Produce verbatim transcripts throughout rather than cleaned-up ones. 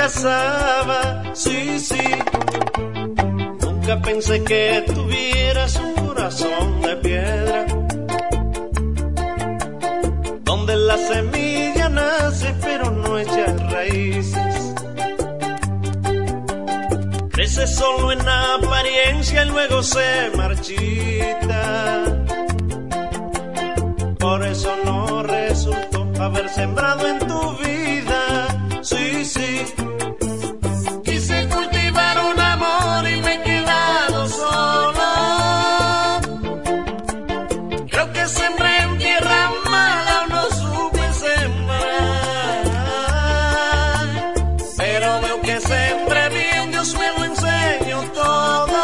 casaba, sí, sí. Nunca pensé que tuvieras un corazón de piedra, donde la semilla nace pero no echa raíces. Crece solo en apariencia y luego se marchita. Por eso no resultó haber sembrado en tu vida, sí, sí. Quise cultivar un amor y me he quedado solo. Creo que sembré en tierra mala o no supe sembrar, pero veo que sembré bien, Dios me lo enseñó todo.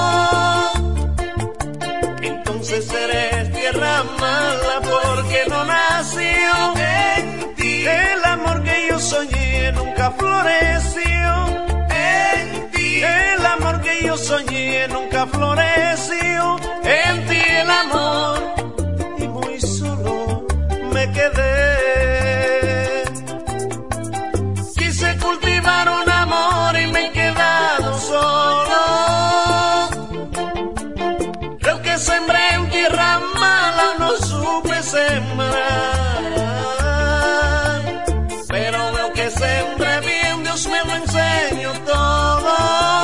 Entonces eres tierra mala porque no nació en ti. El amor que yo soñé nunca floreció en ti. El amor que yo soñé nunca floreció en ti. El amor, y muy solo me quedé. Quise cultivar un amor y me he quedado solo. Creo que sembré en tierra mala, no supe sembrar, pero veo que sembré bien, Dios me lo enseñó todo.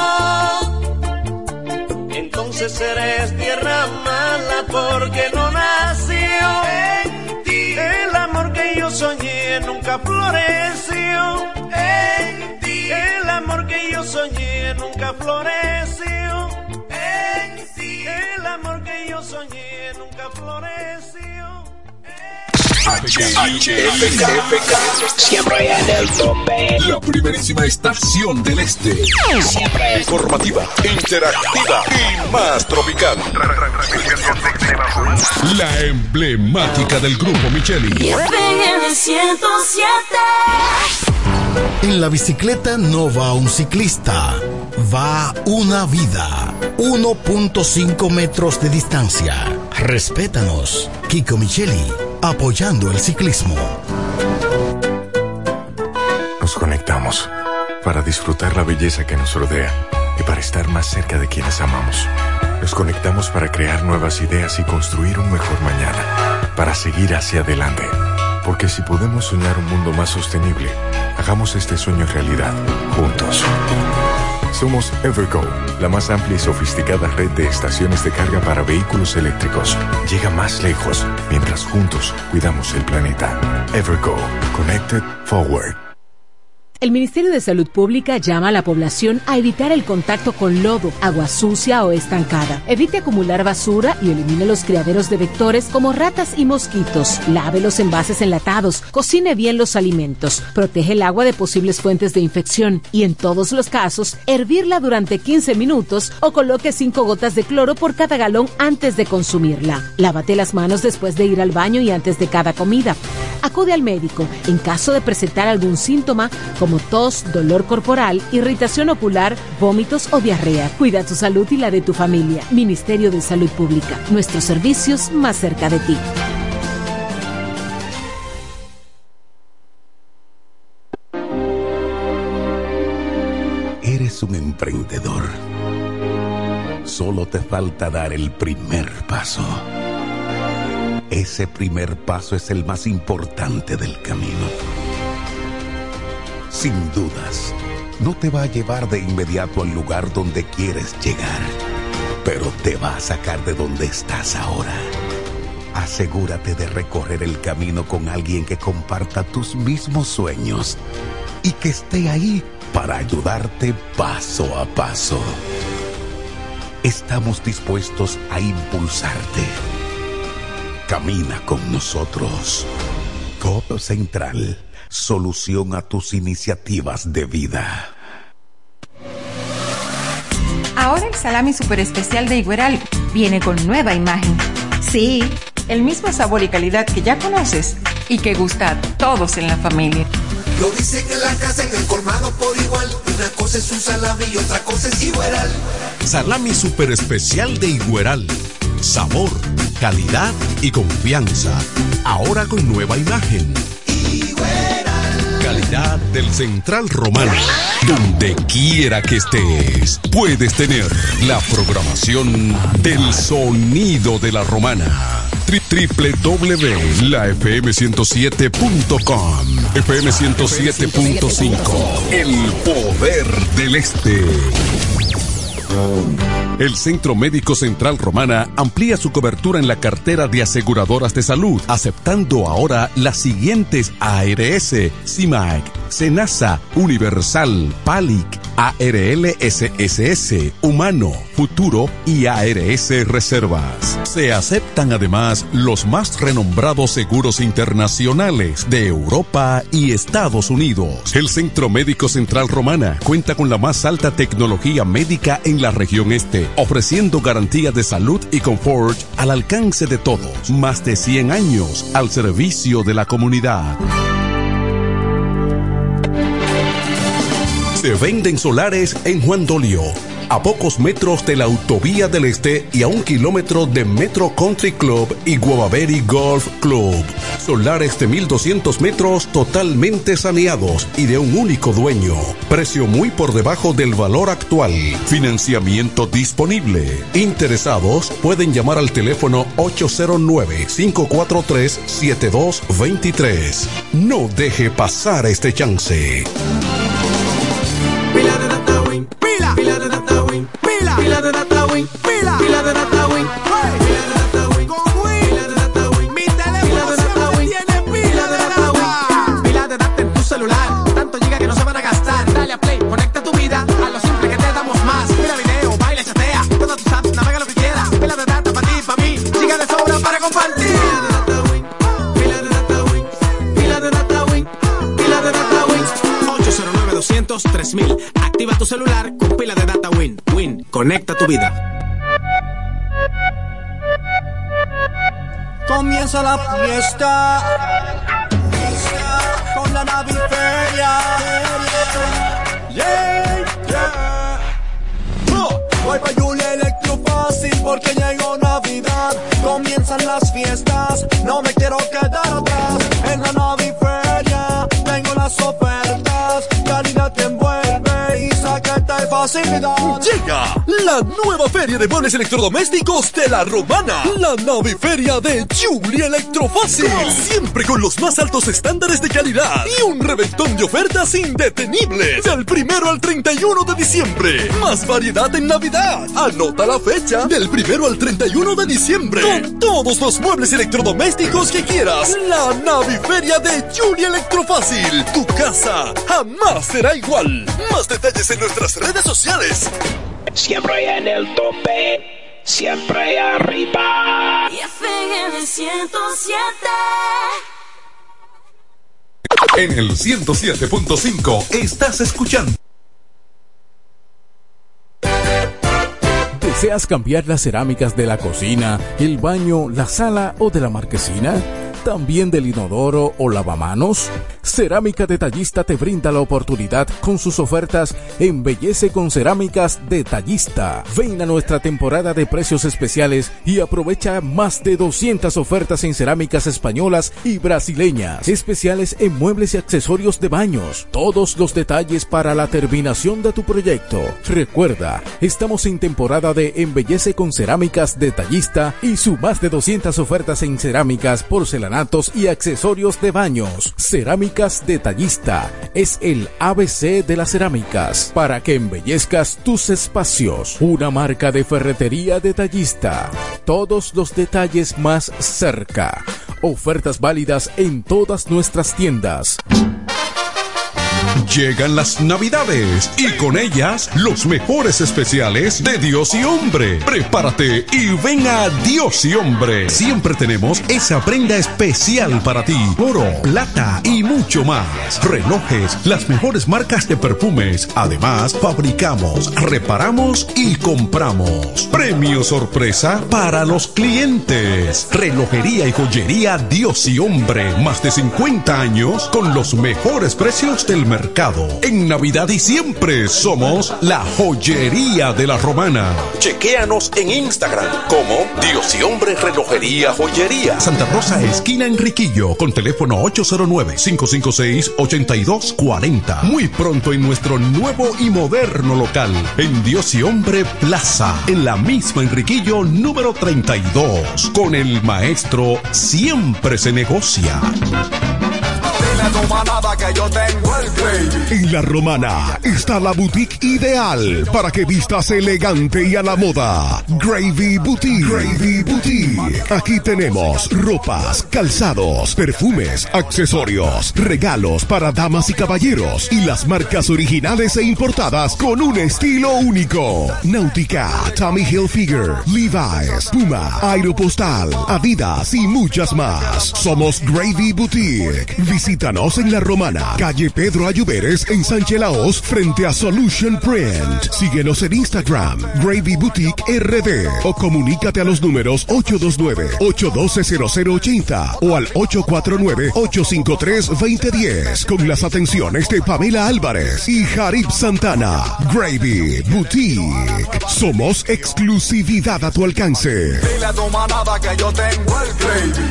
Entonces eres tierra mala porque no nació en ti. El amor que yo soñé nunca floreció en ti. El amor que yo soñé nunca floreció en ti. El amor que yo soñé nunca floreció. H F K, siempre en el tope. La primerísima estación del este. Siempre informativa, interactiva y más tropical. La emblemática del grupo Micheli. ciento siete. En la bicicleta no va un ciclista, va una vida. uno punto cinco metros de distancia. Respétanos. Kiko Micheli, apoyando el ciclismo. Nos conectamos para disfrutar la belleza que nos rodea y para estar más cerca de quienes amamos. Nos conectamos para crear nuevas ideas y construir un mejor mañana, para seguir hacia adelante. Porque si podemos soñar un mundo más sostenible, hagamos este sueño realidad, juntos. Somos Evergo, la más amplia y sofisticada red de estaciones de carga para vehículos eléctricos. Llega más lejos, mientras juntos cuidamos el planeta. Evergo, Connected Forward. El Ministerio de Salud Pública llama a la población a evitar el contacto con lodo, agua sucia o estancada. Evite acumular basura y elimine los criaderos de vectores como ratas y mosquitos. Lave los envases enlatados, cocine bien los alimentos, protege el agua de posibles fuentes de infección y en todos los casos, hervirla durante quince minutos o coloque cinco gotas de cloro por cada galón antes de consumirla. Lávate las manos después de ir al baño y antes de cada comida. Acude al médico en caso de presentar algún síntoma como tos, dolor corporal, irritación ocular, vómitos o diarrea. Cuida tu salud y la de tu familia. Ministerio de Salud Pública. Nuestros servicios más cerca de ti. Eres un emprendedor. Solo te falta dar el primer paso. Ese primer paso es el más importante del camino. Sin dudas, no te va a llevar de inmediato al lugar donde quieres llegar, pero te va a sacar de donde estás ahora. Asegúrate de recorrer el camino con alguien que comparta tus mismos sueños y que esté ahí para ayudarte paso a paso. Estamos dispuestos a impulsarte. Camina con nosotros. Codo Central, solución a tus iniciativas de vida. Ahora el salami super especial de Igueral viene con nueva imagen. Sí, el mismo sabor y calidad que ya conoces y que gusta a todos en la familia. Lo dicen en la casa, en el colmado por igual. Una cosa es un salami y otra cosa es Igueral. Salami super especial de Igueral. Sabor, calidad y confianza. Ahora con nueva imagen. Igueral. calidad del Central Romano. Donde quiera que estés, puedes tener la programación del sonido de la romana. doble u doble u doble u punto la f m ciento siete punto com. F M ciento siete punto cinco. El poder del este. El Centro Médico Central Romana amplía su cobertura en la cartera de aseguradoras de salud, aceptando ahora las siguientes A R S, CIMAC, SENASA, Universal, PALIC, A R L S S S, Humano, Futuro y A R S Reservas. Se aceptan además los más renombrados seguros internacionales de Europa y Estados Unidos. El Centro Médico Central Romana cuenta con la más alta tecnología médica en la región este, ofreciendo garantía de salud y confort al alcance de todos. Más de cien años al servicio de la comunidad. Se venden solares en Juan Dolio, a pocos metros de la Autovía del Este y a un kilómetro de Metro Country Club y Guavaberi Golf Club. Solares de mil doscientos metros totalmente saneados y de un único dueño. Precio muy por debajo del valor actual. Financiamiento disponible. Interesados pueden llamar al teléfono ocho cero nueve, cinco cuatro tres, siete dos dos tres. No deje pasar este chance. Pila de data win, pila, pila de data win, pila, pila de data win, pila, pila de data win, pila de data win, con win, pila de data win, mi teléfono siempre tiene pila de data win, pila de data en tu celular, tanto giga que no se van a gastar, dale a play, conecta tu vida a lo simple que te damos más, mira video, baila, chatea, todas tus apps, navega lo que quieras, pila de data para ti, para mí, giga de sobra para compartir. Pila de data win, pila de data win, pila de data win, ocho cero nueve, doscientos, tres mil. Activa tu celular con pila de data Win. Win, conecta tu vida. Comienza la fiesta con la Naviferia. Yeah, yeah. Oh, voy pa' Julia Electro Fácil porque llegó Navidad. Comienzan las fiestas, no me quiero quedar atrás. En la Naviferia tengo las ofertas, calidad que envuelve y saqueta de facilidad. Llega la nueva feria de muebles electrodomésticos de la Romana, la Naviferia de Julia Electrofácil, siempre con los más altos estándares de calidad y un reventón de ofertas indetenibles del primero al treinta y uno de diciembre. Más variedad en Navidad. Anota la fecha, del primero al treinta y uno de diciembre, con todos los muebles electrodomésticos que quieras. La Naviferia de Julia Electrofácil. Tu casa jamás será igual. Más detalles en nuestras redes sociales. Siempre en el tope, siempre arriba. Y F M ciento siete. En el ciento siete punto cinco estás escuchando. ¿Deseas cambiar las cerámicas de la cocina, el baño, la sala o de la marquesina? ¿También del inodoro o lavamanos? Cerámica Detallista te brinda la oportunidad con sus ofertas Embellece con Cerámicas Detallista. Ven a nuestra temporada de precios especiales y aprovecha más de doscientas ofertas en cerámicas españolas y brasileñas, especiales en muebles y accesorios de baños. Todos los detalles para la terminación de tu proyecto. Recuerda, estamos en temporada de Embellece con Cerámicas Detallista y su más de doscientas ofertas en cerámicas, porcelanatos y accesorios de baños. Cerámicas Detallista es el A B C de las cerámicas para que embellezcas tus espacios. Una marca de ferretería detallista. Todos los detalles más cerca. Ofertas válidas en todas nuestras tiendas. Llegan las Navidades y con ellas los mejores especiales de Dios y Hombre. Prepárate y ven a Dios y Hombre. Siempre tenemos esa prenda especial para ti. Oro, plata y mucho más. Relojes, las mejores marcas de perfumes. Además, fabricamos, reparamos y compramos. Premio sorpresa para los clientes. Relojería y joyería Dios y Hombre. Más de cincuenta años con los mejores precios del mercado. mercado. En Navidad y siempre somos la joyería de la Romana. Chequéanos en Instagram como Dios y Hombre Relojería Joyería. Santa Rosa, esquina Enriquillo, con teléfono ocho cero nueve, cinco cinco seis, ocho dos cuatro cero. Muy pronto en nuestro nuevo y moderno local, en Dios y Hombre Plaza, en la misma Enriquillo número treinta y dos. Con el maestro siempre se negocia. Que yo tengo el Gravy. En La Romana está la boutique ideal para que vistas elegante y a la moda. Gravy Boutique. Gravy Boutique. Aquí tenemos ropas, calzados, perfumes, accesorios, regalos para damas y caballeros y las marcas originales e importadas con un estilo único. Nautica, Tommy Hilfiger, Levi's, Puma, Aeropostal, Adidas y muchas más. Somos Gravy Boutique. Visítanos en La Romana, calle Pedro Ayuberes, en Sánchez Laos, frente a Solution Print. Síguenos en Instagram, Gravy Boutique R D, o comunícate a los números ocho dos nueve, ocho uno dos, cero cero ocho cero o al ocho cuatro nueve, ocho cinco tres, dos cero uno cero, con las atenciones de Pamela Álvarez y Jarib Santana. Gravy Boutique. Somos exclusividad a tu alcance. Dile a tu manada que yo tengo el Gravy.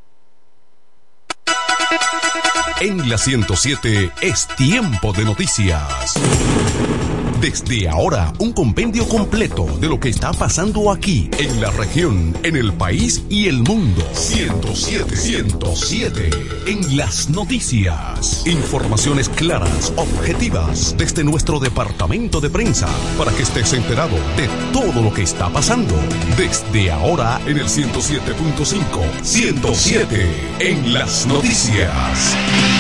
En la ciento siete es tiempo de noticias. Desde ahora, un compendio completo de lo que está pasando aquí, en la región, en el país y el mundo. ciento siete, ciento siete en las noticias. Informaciones claras, objetivas, desde nuestro departamento de prensa, para que estés enterado de todo lo que está pasando. Desde ahora, en el ciento siete punto cinco, ciento siete en las noticias.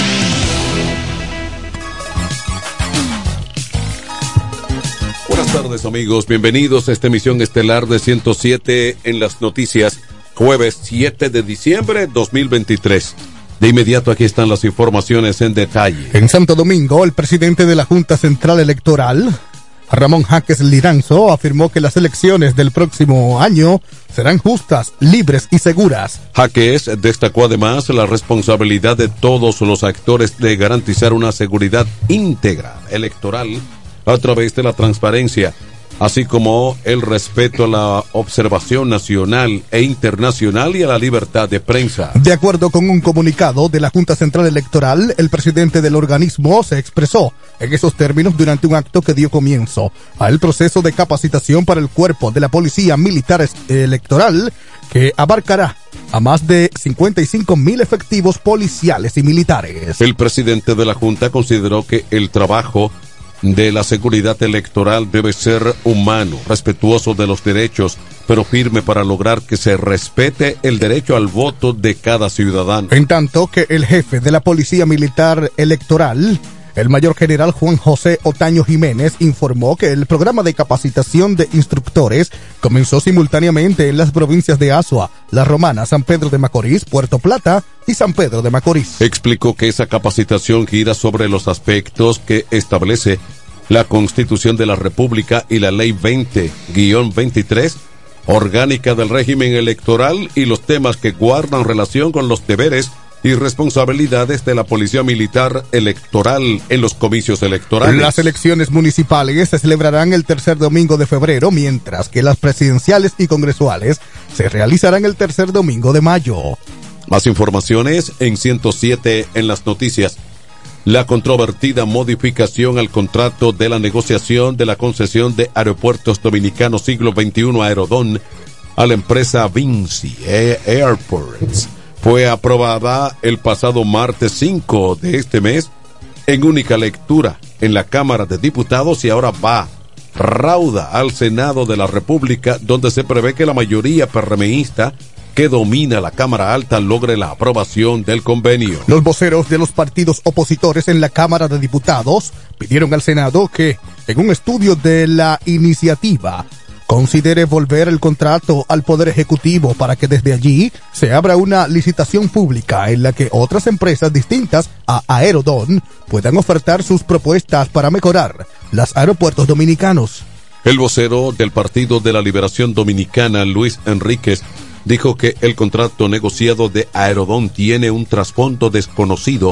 Buenas tardes, amigos, bienvenidos a esta emisión estelar de ciento siete en las noticias, jueves siete de diciembre de dos mil veintitrés. De inmediato aquí están las informaciones en detalle. En Santo Domingo, el presidente de la Junta Central Electoral, Ramón Jaques Liranzo, afirmó que las elecciones del próximo año serán justas, libres y seguras. Jaques destacó además la responsabilidad de todos los actores de garantizar una seguridad íntegra electoral a través de la transparencia, así como el respeto a la observación nacional e internacional y a la libertad de prensa. De acuerdo con un comunicado de la Junta Central Electoral, el presidente del organismo se expresó en esos términos durante un acto que dio comienzo al proceso de capacitación para el cuerpo de la Policía Militar Electoral, que abarcará a más de cincuenta y cinco mil efectivos policiales y militares. El presidente de la Junta consideró que el trabajo de la seguridad electoral debe ser humano, respetuoso de los derechos, pero firme para lograr que se respete el derecho al voto de cada ciudadano. En tanto que el jefe de la Policía Militar Electoral, el mayor general Juan José Otaño Jiménez, informó que el programa de capacitación de instructores comenzó simultáneamente en las provincias de Azua, La Romana, San Pedro de Macorís, Puerto Plata y San Pedro de Macorís. Explicó que esa capacitación gira sobre los aspectos que establece la Constitución de la República y la Ley veinte guión veintitrés, orgánica del régimen electoral, y los temas que guardan relación con los deberes y responsabilidades de la Policía Militar Electoral en los comicios electorales. Las elecciones municipales se celebrarán el tercer domingo de febrero, mientras que las presidenciales y congresuales se realizarán el tercer domingo de mayo. Más informaciones en ciento siete en las noticias. La controvertida modificación al contrato de la negociación de la concesión de Aeropuertos Dominicanos Siglo veintiuno Aerodón a la empresa Vinci Airports fue aprobada el pasado martes cinco de este mes en única lectura en la Cámara de Diputados y ahora va rauda al Senado de la República, donde se prevé que la mayoría PRMista que domina la Cámara Alta logre la aprobación del convenio. Los voceros de los partidos opositores en la Cámara de Diputados pidieron al Senado que, en un estudio de la iniciativa, considere volver el contrato al Poder Ejecutivo para que desde allí se abra una licitación pública en la que otras empresas distintas a Aerodón puedan ofertar sus propuestas para mejorar los aeropuertos dominicanos. El vocero del Partido de la Liberación Dominicana, Luis Enríquez, dijo que el contrato negociado de Aerodón tiene un trasfondo desconocido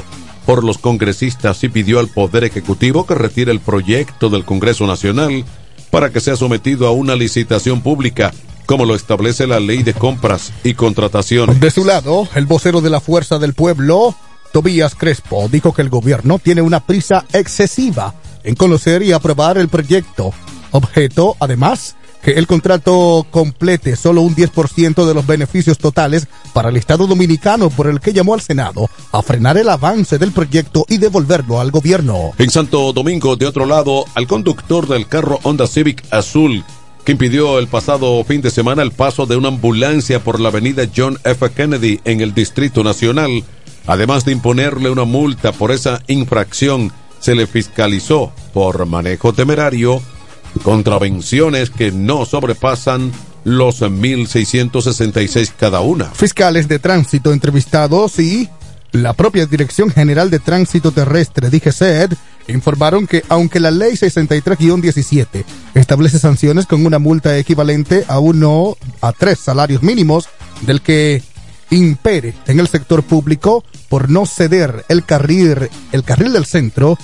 por los congresistas y pidió al Poder Ejecutivo que retire el proyecto del Congreso Nacional para que sea sometido a una licitación pública, como lo establece la Ley de Compras y Contrataciones. De su lado, el vocero de la Fuerza del Pueblo, Tobías Crespo, dijo que el gobierno tiene una prisa excesiva en conocer y aprobar el proyecto. Objeto, además, que el contrato complete solo un diez por ciento de los beneficios totales para el Estado Dominicano, por el que llamó al Senado a frenar el avance del proyecto y devolverlo al gobierno. En Santo Domingo, de otro lado, al conductor del carro Honda Civic azul, que impidió el pasado fin de semana el paso de una ambulancia por la avenida John F. Kennedy en el Distrito Nacional, además de imponerle una multa por esa infracción, se le fiscalizó por manejo temerario, contravenciones que no sobrepasan los mil seiscientos sesenta y seis cada una. Fiscales de tránsito entrevistados y la propia Dirección General de Tránsito Terrestre, D G C E D, informaron que aunque la Ley sesenta y tres guión diecisiete establece sanciones con una multa equivalente a uno a tres salarios mínimos del que impere en el sector público por no ceder el carril, el carril del centro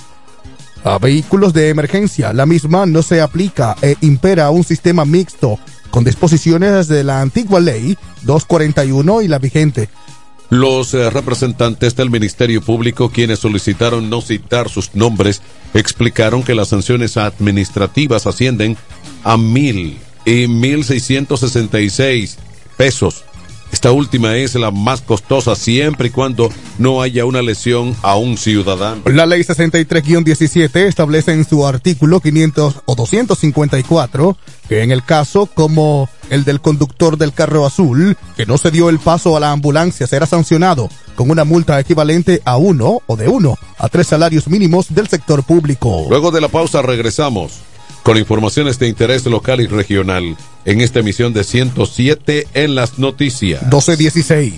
a vehículos de emergencia, la misma no se aplica e impera un sistema mixto con disposiciones de la antigua ley doscientos cuarenta y uno y la vigente. Los eh, representantes del Ministerio Público, quienes solicitaron no citar sus nombres, explicaron que las sanciones administrativas ascienden a mil y mil seiscientos sesenta y seis pesos. Esta última es la más costosa siempre y cuando no haya una lesión a un ciudadano. La Ley sesenta y tres guión diecisiete establece en su artículo quinientos o doscientos cincuenta y cuatro que en el caso como el del conductor del carro azul, que no se dio el paso a la ambulancia, será sancionado con una multa equivalente a uno o de uno a tres salarios mínimos del sector público. Luego de la pausa regresamos con informaciones de interés local y regional en esta emisión de ciento siete en las noticias. doce dieciséis.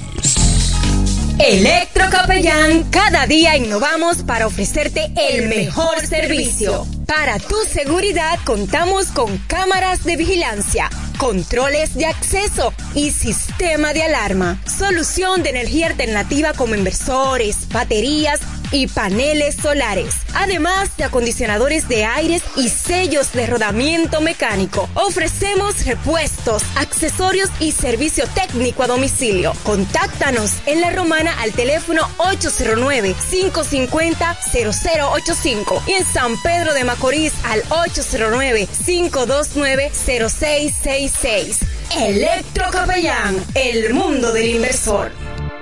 Electrocapellán, cada día innovamos para ofrecerte el mejor servicio. Para tu seguridad contamos con cámaras de vigilancia, controles de acceso y sistema de alarma. Solución de energía alternativa como inversores, baterías y paneles solares. Además de acondicionadores de aires y sellos de rodamiento mecánico. Ofrecemos repuestos, accesorios y servicio técnico a domicilio. Contáctanos en La Romana al teléfono ocho cero nueve, cinco cinco cero, cero cero ocho cinco y en San Pedro de Macorís al ocho cero nueve, cinco dos nueve, cero seis seis seis. Electrocapellán, el mundo del inversor.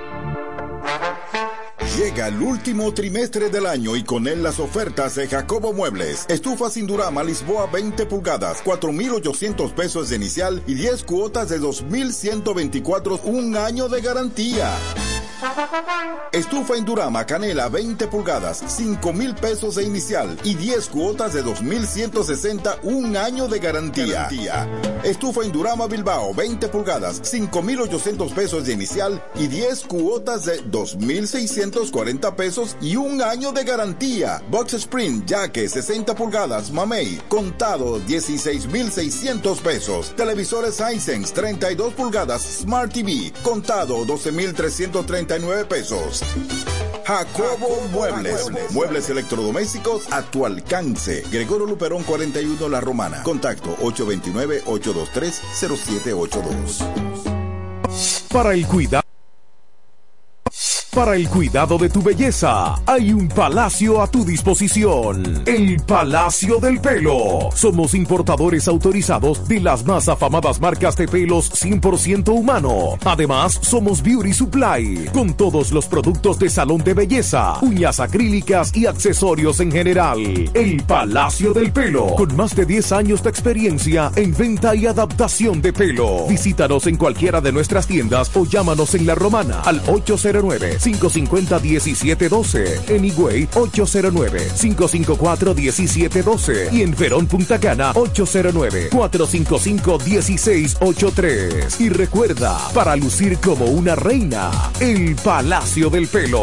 Llega el último trimestre del año y con él las ofertas de Jacobo Muebles. Estufa sin Durama Lisboa veinte pulgadas, cuatro mil ochocientos pesos de inicial y diez cuotas de dos mil ciento veinticuatro, un año de garantía. Estufa Indurama Canela veinte pulgadas, cinco mil pesos de inicial y diez cuotas de dos mil ciento sesenta, un año de garantía. garantía. Estufa Indurama Bilbao veinte pulgadas, cinco mil ochocientos pesos de inicial y diez cuotas de dos mil seiscientos cuarenta pesos y un año de garantía. Box Spring Yaque sesenta pulgadas, Mamey, contado dieciséis mil seiscientos pesos. Televisores Hisense treinta y dos pulgadas, Smart T V, contado doce mil trescientos treinta y nueve pesos. Jacobo Muebles. Muebles electrodomésticos a tu alcance. Gregorio Luperón cuarenta y uno La Romana. Contacto ocho dos nueve, ocho dos tres, cero siete ocho dos. Para el cuidado Para el cuidado de tu belleza, hay un palacio a tu disposición. El Palacio del Pelo. Somos importadores autorizados de las más afamadas marcas de pelos cien por ciento humano. Además, somos Beauty Supply, con todos los productos de salón de belleza, uñas acrílicas y accesorios en general. El Palacio del Pelo, con más de diez años de experiencia en venta y adaptación de pelo. Visítanos en cualquiera de nuestras tiendas o llámanos en La Romana al ocho cero nueve, cinco cinco cero, uno siete uno dos, en Higüey ocho cero nueve, cinco cinco cuatro, uno siete uno dos y en Verón Punta Cana ocho cero nueve, cuatro cinco cinco, uno seis ocho tres. Y recuerda, para lucir como una reina, el Palacio del Pelo.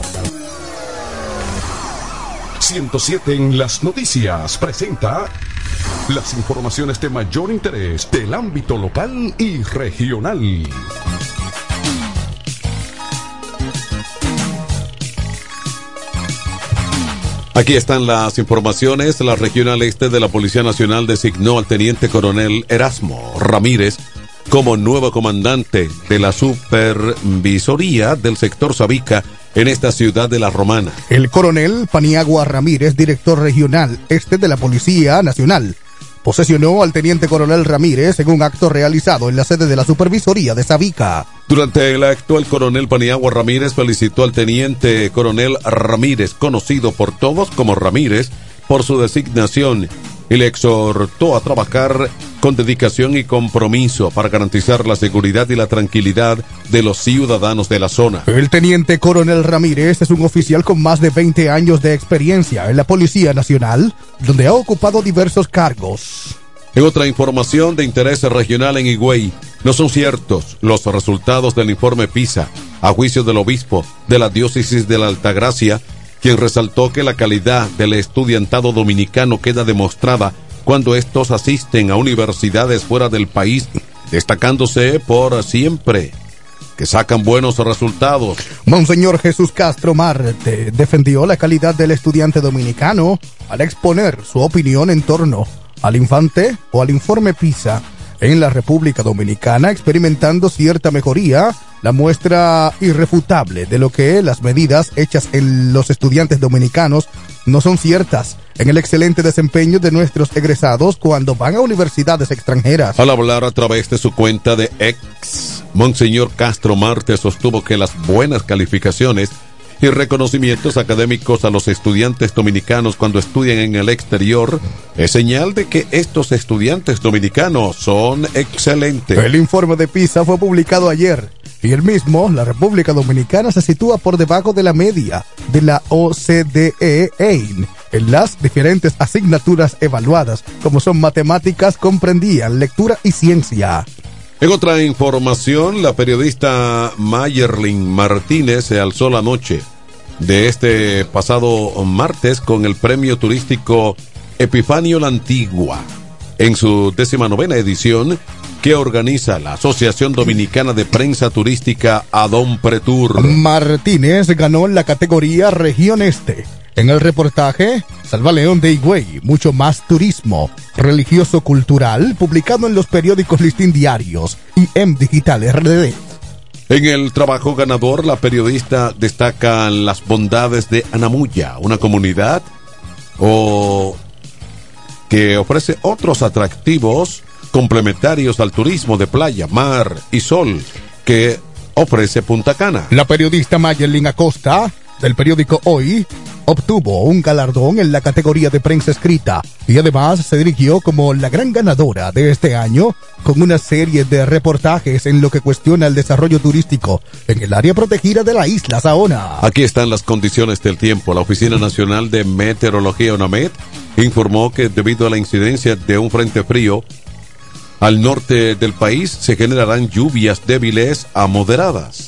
ciento siete en las noticias presenta las informaciones de mayor interés del ámbito local y regional. Aquí están las informaciones. La Regional Este de la Policía Nacional designó al Teniente Coronel Erasmo Ramírez como nuevo comandante de la supervisoría del sector Sabica en esta ciudad de La Romana. El coronel Paniagua Ramírez, director regional este de la Policía Nacional, posesionó al teniente coronel Ramírez en un acto realizado en la sede de la supervisoría de Sabica. Durante el acto, el coronel Paniagua Ramírez felicitó al teniente coronel Ramírez, conocido por todos como Ramírez, por su designación y le exhortó a trabajar con dedicación y compromiso para garantizar la seguridad y la tranquilidad de los ciudadanos de la zona. El teniente coronel Ramírez es un oficial con más de veinte años de experiencia en la Policía Nacional, donde ha ocupado diversos cargos. En otra información de interés regional en Higüey, no son ciertos los resultados del informe PISA, a juicio del obispo de la diócesis de la Altagracia, quien resaltó que la calidad del estudiantado dominicano queda demostrada cuando estos asisten a universidades fuera del país, destacándose por siempre que sacan buenos resultados. Monseñor Jesús Castro Marte defendió la calidad del estudiante dominicano al exponer su opinión en torno al infante o al informe PISA en la República Dominicana, experimentando cierta mejoría, la muestra irrefutable de lo que las medidas hechas en los estudiantes dominicanos no son ciertas en el excelente desempeño de nuestros egresados cuando van a universidades extranjeras. Al hablar a través de su cuenta de X, Monseñor Castro Marte sostuvo que las buenas calificaciones y reconocimientos académicos a los estudiantes dominicanos cuando estudian en el exterior es señal de que estos estudiantes dominicanos son excelentes. El informe de PISA fue publicado ayer y el mismo, la República Dominicana se sitúa por debajo de la media de la O C D E E I N en las diferentes asignaturas evaluadas, como son matemáticas, comprendían lectura y ciencia. En otra información, la periodista Mayerlin Martínez se alzó la noche de este pasado martes con el premio turístico Epifanio La Antigua en su décima novena edición que organiza la Asociación Dominicana de Prensa Turística Adón Pretur. Martínez ganó la categoría Región Este. En el reportaje, Salva León de Higüey, mucho más turismo religioso cultural, publicado en los periódicos Listín Diarios y M Digital R D D. En el trabajo ganador, la periodista destaca las bondades de Anamuya, una comunidad o que ofrece otros atractivos complementarios al turismo de playa, mar y sol que ofrece Punta Cana. La periodista Mayerlin Acosta, del periódico Hoy, obtuvo un galardón en la categoría de prensa escrita y además se dirigió como la gran ganadora de este año con una serie de reportajes en lo que cuestiona el desarrollo turístico en el área protegida de la isla Saona. Aquí están las condiciones del tiempo. La Oficina Nacional de Meteorología ONAMED informó que debido a la incidencia de un frente frío al norte del país se generarán lluvias débiles a moderadas.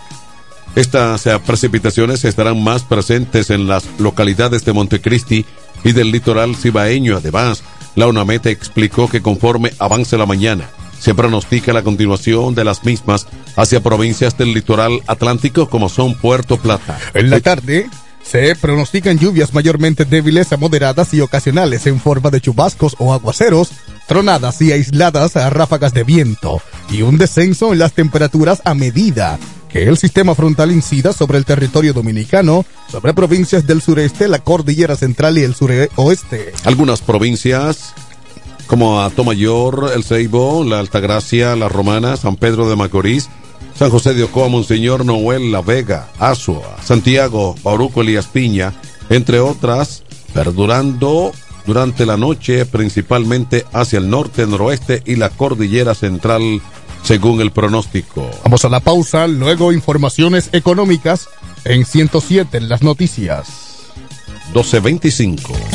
Estas precipitaciones estarán más presentes en las localidades de Montecristi y del litoral cibaeño. Además, la ONAMED explicó que conforme avance la mañana, se pronostica la continuación de las mismas hacia provincias del litoral atlántico como son Puerto Plata. En la tarde, se pronostican lluvias mayormente débiles a moderadas y ocasionales en forma de chubascos o aguaceros, tronadas y aisladas a ráfagas de viento, y un descenso en las temperaturas a medida que el sistema frontal incida sobre el territorio dominicano, sobre provincias del sureste, la cordillera central y el suroeste. Algunas provincias como Atomayor, El Ceibo, La Altagracia, La Romana, San Pedro de Macorís, San José de Ocoa, Monseñor Noel, La Vega, Azua, Santiago, Bauruco, Elías Piña, entre otras, perdurando durante la noche principalmente hacia el norte, noroeste y la cordillera central, según el pronóstico. Vamos a la pausa, luego informaciones económicas en ciento siete en las noticias. doce veinticinco.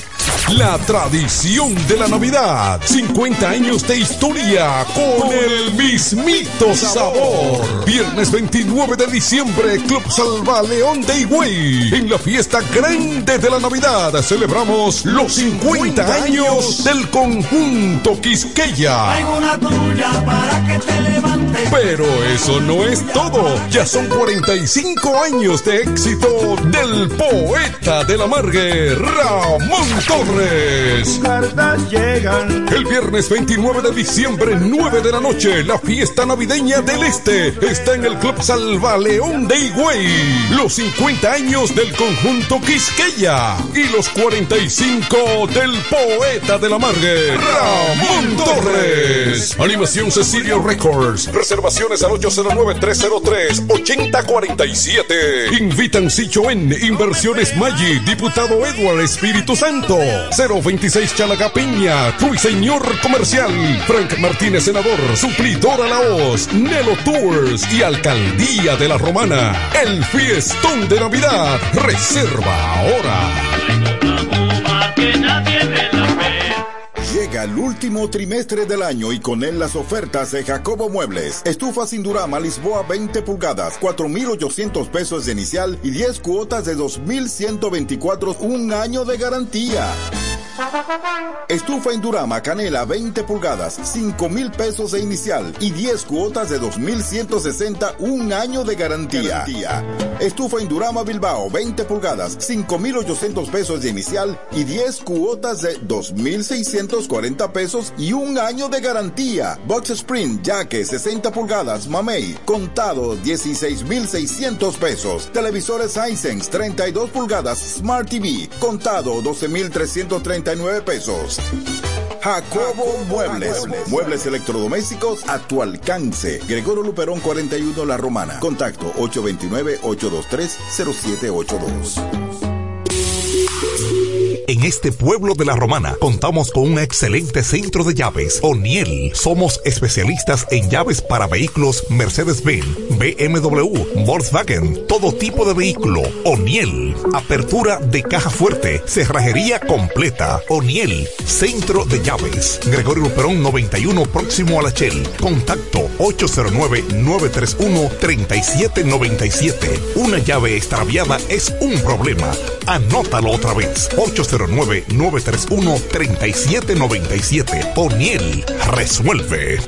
la tradición de la Navidad. cincuenta años de historia con el mismito sabor. Viernes veintinueve de diciembre, Club Salva León de Higüey. En la fiesta grande de la Navidad celebramos los cincuenta años del conjunto Quisqueya. Traigo una tuya para que te levantes. Pero eso no es todo. Ya son cuarenta y cinco años de éxito del poeta del amargue, Ramón Torres. Cartas llegan. El viernes veintinueve de diciembre, nueve de la noche, la fiesta navideña del Este está en el Club Salva León de Higüey. Los cincuenta años del conjunto Quisqueya y los cuarenta y cinco del poeta del amargue, Ramón Torres. Animación Cecilio Records. Reservaciones al ocho cero nueve, tres cero tres, ocho cero cuatro siete. Invitan Sichoen, Inversiones Maggi, Diputado Edward Espíritu Santo. cero veintiséis Chalaga Piña, Ruiseñor Comercial. Frank Martínez, senador, Suplidora La Hoz, Nelo Tours y Alcaldía de la Romana. El fiestón de Navidad. Reserva ahora. Llega el último trimestre del año y con él las ofertas de Jacobo Muebles. Estufa sin Durama Lisboa veinte pulgadas, cuatro mil ochocientos pesos de inicial y diez cuotas de dos mil ciento veinticuatro, un año de garantía. Estufa Indurama Canela veinte pulgadas, cinco mil pesos de inicial y diez cuotas de dos mil ciento sesenta, un año de garantía. garantía. Estufa Indurama Bilbao veinte pulgadas, cinco mil ochocientos pesos de inicial y diez cuotas de dos mil seiscientos cuarenta pesos y un año de garantía. Box Spring Yaque sesenta pulgadas, Mamey, contado dieciséis mil seiscientos pesos. Televisores Hisense treinta y dos pulgadas, Smart T V, contado doce mil trescientos treinta y nueve pesos. Jacobo Muebles. Muebles electrodomésticos a tu alcance. Gregorio Luperón cuarenta y uno La Romana. Contacto ocho dos nueve, ocho dos tres, cero siete ocho dos. En este pueblo de La Romana contamos con un excelente centro de llaves, O'Neill. Somos especialistas en llaves para vehículos Mercedes-Benz, B M W, Volkswagen, todo tipo de vehículo. O'Neill. Apertura de caja fuerte, cerrajería completa. O'Neill. Centro de llaves. Gregorio Luperón noventa y uno, próximo a la Shell. Contacto ocho cero nueve, nueve tres uno, tres siete nueve siete. Una llave extraviada es un problema. Anótalo otra vez. ocho cero nueve, nueve tres uno, tres siete nueve siete. O'Neill resuelve.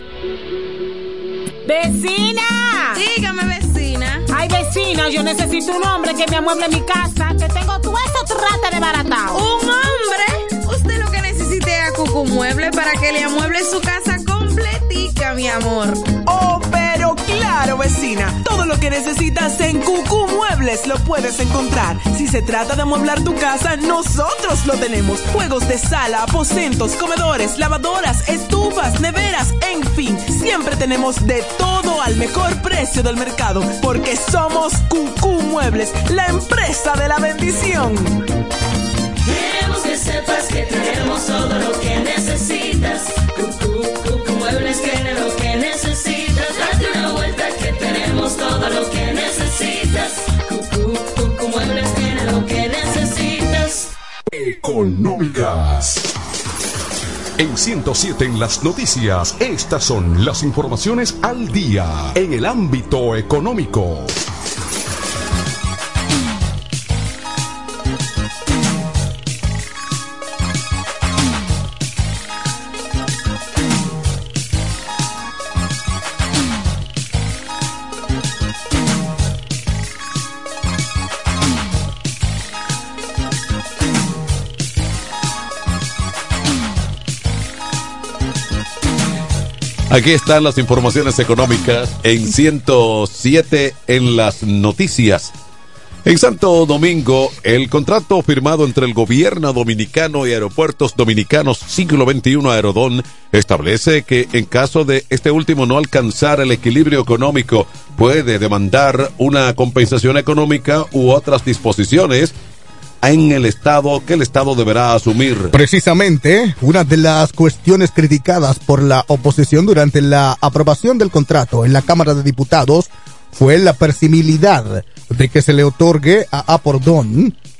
¡Vecina! Dígame, vecina. Ay, vecina, yo necesito un hombre que me amueble mi casa, que tengo todo eso trata de baratao. ¿Un hombre? Usted lo que necesite es a Cucu Mueble para que le amueble su casa completica, mi amor. Oh, pero claro, vecina. Todo lo que necesitas en Cucu Muebles lo puedes encontrar. Si se trata de amueblar tu casa, nosotros lo tenemos. Juegos de sala, aposentos, comedores, lavadoras, estufas, neveras, en fin. Siempre tenemos de todo al mejor precio del mercado, porque somos Cucu Muebles, la empresa de la bendición. Queremos que sepas que tenemos todo lo que necesitas. Cucu, Cucu Muebles tiene lo que necesitas. Date una vuelta que tenemos todo lo que necesitas. Cucu, Cucu Muebles tiene lo que necesitas. Económicas. En ciento siete en las noticias, estas son las informaciones al día en el ámbito económico. Aquí están las informaciones económicas en ciento siete en las noticias. En Santo Domingo, el contrato firmado entre el gobierno dominicano y Aeropuertos Dominicanos Siglo veintiuno Aerodón establece que en caso de este último no alcanzar el equilibrio económico, puede demandar una compensación económica u otras disposiciones en el Estado que el Estado deberá asumir. Precisamente, una de las cuestiones criticadas por la oposición durante la aprobación del contrato en la Cámara de Diputados fue la permisibilidad de que se le otorgue a Apordón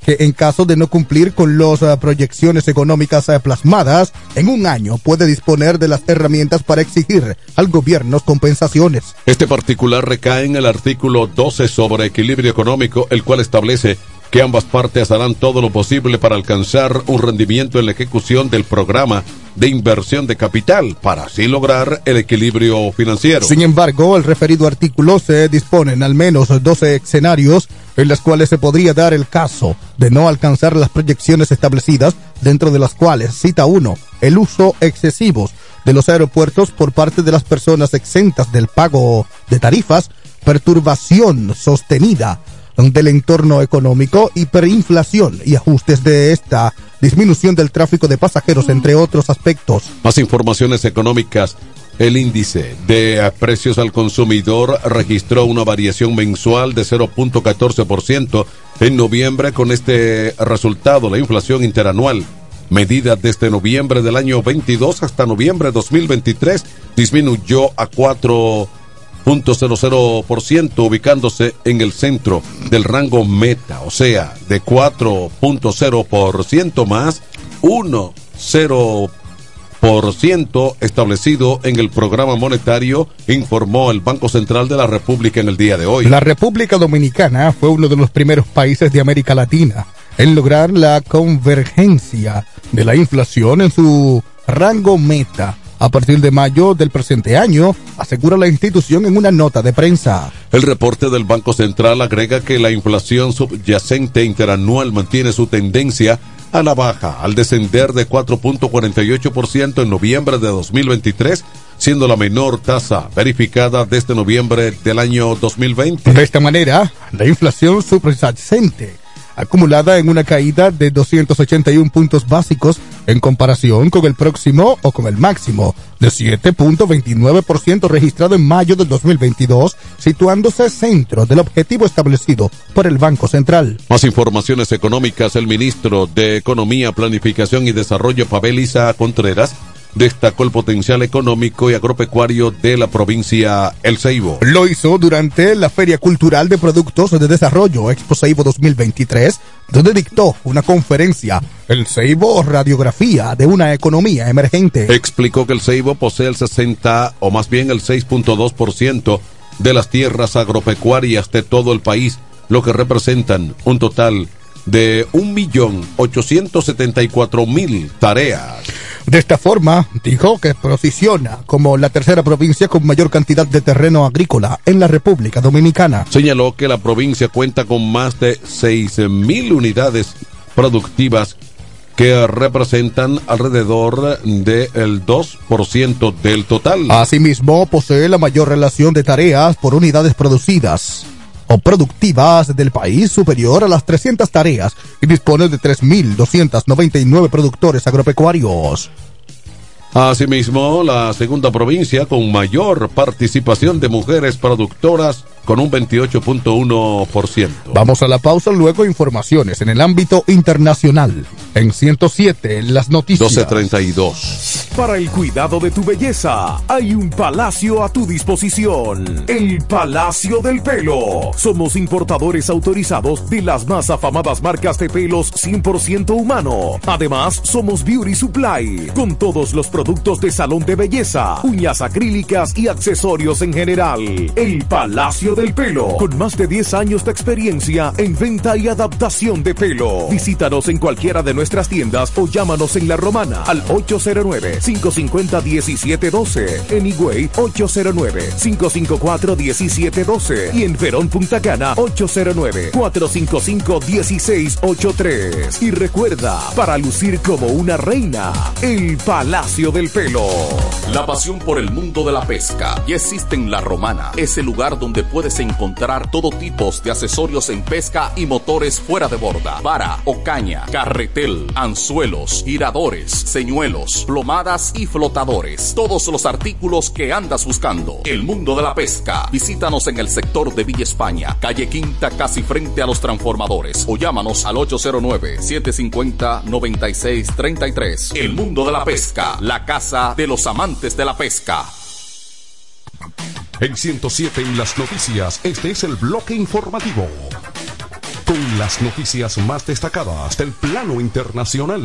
que en caso de no cumplir con las uh, proyecciones económicas uh, plasmadas en un año puede disponer de las herramientas para exigir al gobierno compensaciones. Este particular recae en el artículo doce sobre equilibrio económico, el cual establece que ambas partes harán todo lo posible para alcanzar un rendimiento en la ejecución del programa de inversión de capital, para así lograr el equilibrio financiero. Sin embargo, el referido artículo se dispone en al menos doce escenarios en los cuales se podría dar el caso de no alcanzar las proyecciones establecidas, dentro de las cuales cita uno, el uso excesivo de los aeropuertos por parte de las personas exentas del pago de tarifas, perturbación sostenida del entorno económico, hiperinflación y ajustes de esta, disminución del tráfico de pasajeros, entre otros aspectos. Más informaciones económicas. El índice de precios al consumidor registró una variación mensual de cero punto catorce por ciento en noviembre. Con este resultado, la inflación interanual, medida desde noviembre del año veintidós hasta noviembre de dos mil veintitrés, disminuyó a cuatro punto cero cero por ciento, ubicándose en el centro del rango meta, o sea, de cuatro punto cero por ciento más uno punto cero por ciento establecido en el programa monetario, informó el Banco Central de la República en el día de hoy. La República Dominicana fue uno de los primeros países de América Latina en lograr la convergencia de la inflación en su rango meta a partir de mayo del presente año, asegura la institución en una nota de prensa. El reporte del Banco Central agrega que la inflación subyacente interanual mantiene su tendencia a la baja, al descender de cuatro punto cuarenta y ocho por ciento en noviembre de dos mil veintitrés, siendo la menor tasa verificada desde noviembre del año dos mil veinte. De esta manera, la inflación subyacente acumulada en una caída de doscientos ochenta y uno puntos básicos en comparación con el próximo o con el máximo de siete punto veintinueve por ciento registrado en mayo del dos mil veintidós, situándose centro del objetivo establecido por el Banco Central. Más informaciones económicas. El ministro de Economía, Planificación y Desarrollo, Pavel Isa Contreras, destacó el potencial económico y agropecuario de la provincia El Ceibo. Lo hizo durante la Feria Cultural de Productos de Desarrollo Expo Ceibo dos mil veintitrés, donde dictó una conferencia, El Ceibo, radiografía de una economía emergente. Explicó que El Ceibo posee el sesenta o más bien el seis punto dos por ciento de las tierras agropecuarias de todo el país, lo que representan un total de un millón ochocientos setenta y cuatro mil tareas. De esta forma, dijo que posiciona como la tercera provincia con mayor cantidad de terreno agrícola en la República Dominicana. Señaló que la provincia cuenta con más de seis mil unidades productivas que representan alrededor del dos por ciento del total. Asimismo, posee la mayor relación de tareas por unidades producidas o productivas del país, superior a las trescientas tareas, y dispone de tres mil doscientos noventa y nueve productores agropecuarios. Asimismo, la segunda provincia con mayor participación de mujeres productoras, con un veintiocho punto uno por ciento. Vamos a la pausa, luego informaciones en el ámbito internacional. En ciento siete, las noticias. doce treinta y dos. Para el cuidado de tu belleza, hay un palacio a tu disposición. El Palacio del Pelo. Somos importadores autorizados de las más afamadas marcas de pelos cien por ciento humano. Además, somos Beauty Supply, con todos los productos de salón de belleza, uñas acrílicas y accesorios en general. El Palacio del Pelo, con más de diez años de experiencia en venta y adaptación de pelo. Visítanos en cualquiera de nuestras tiendas o llámanos en La Romana al ocho cero nueve, cinco cinco cero, uno siete uno dos, en Higüey ocho cero nueve, cinco cinco cuatro, uno siete uno dos y en Verón Punta Cana ocho cero nueve, cuatro cinco cinco, uno seis ocho tres. Y recuerda, para lucir como una reina, el Palacio del Pelo. La pasión por el mundo de la pesca ya existe en La Romana. Es el lugar donde puedes encontrar todo tipo de accesorios en pesca y motores fuera de borda, vara o caña, carretel, anzuelos, giradores, señuelos, plomadas y flotadores. Todos los artículos que andas buscando. El mundo de la pesca. Visítanos en el sector de Villa España, calle Quinta, casi frente a los transformadores, o llámanos al ocho cero nueve, siete cinco cero, nueve seis tres tres. El mundo de la pesca, la casa de los amantes de la pesca. En ciento siete en las noticias, este es el bloque informativo. con las noticias más destacadas del plano internacional.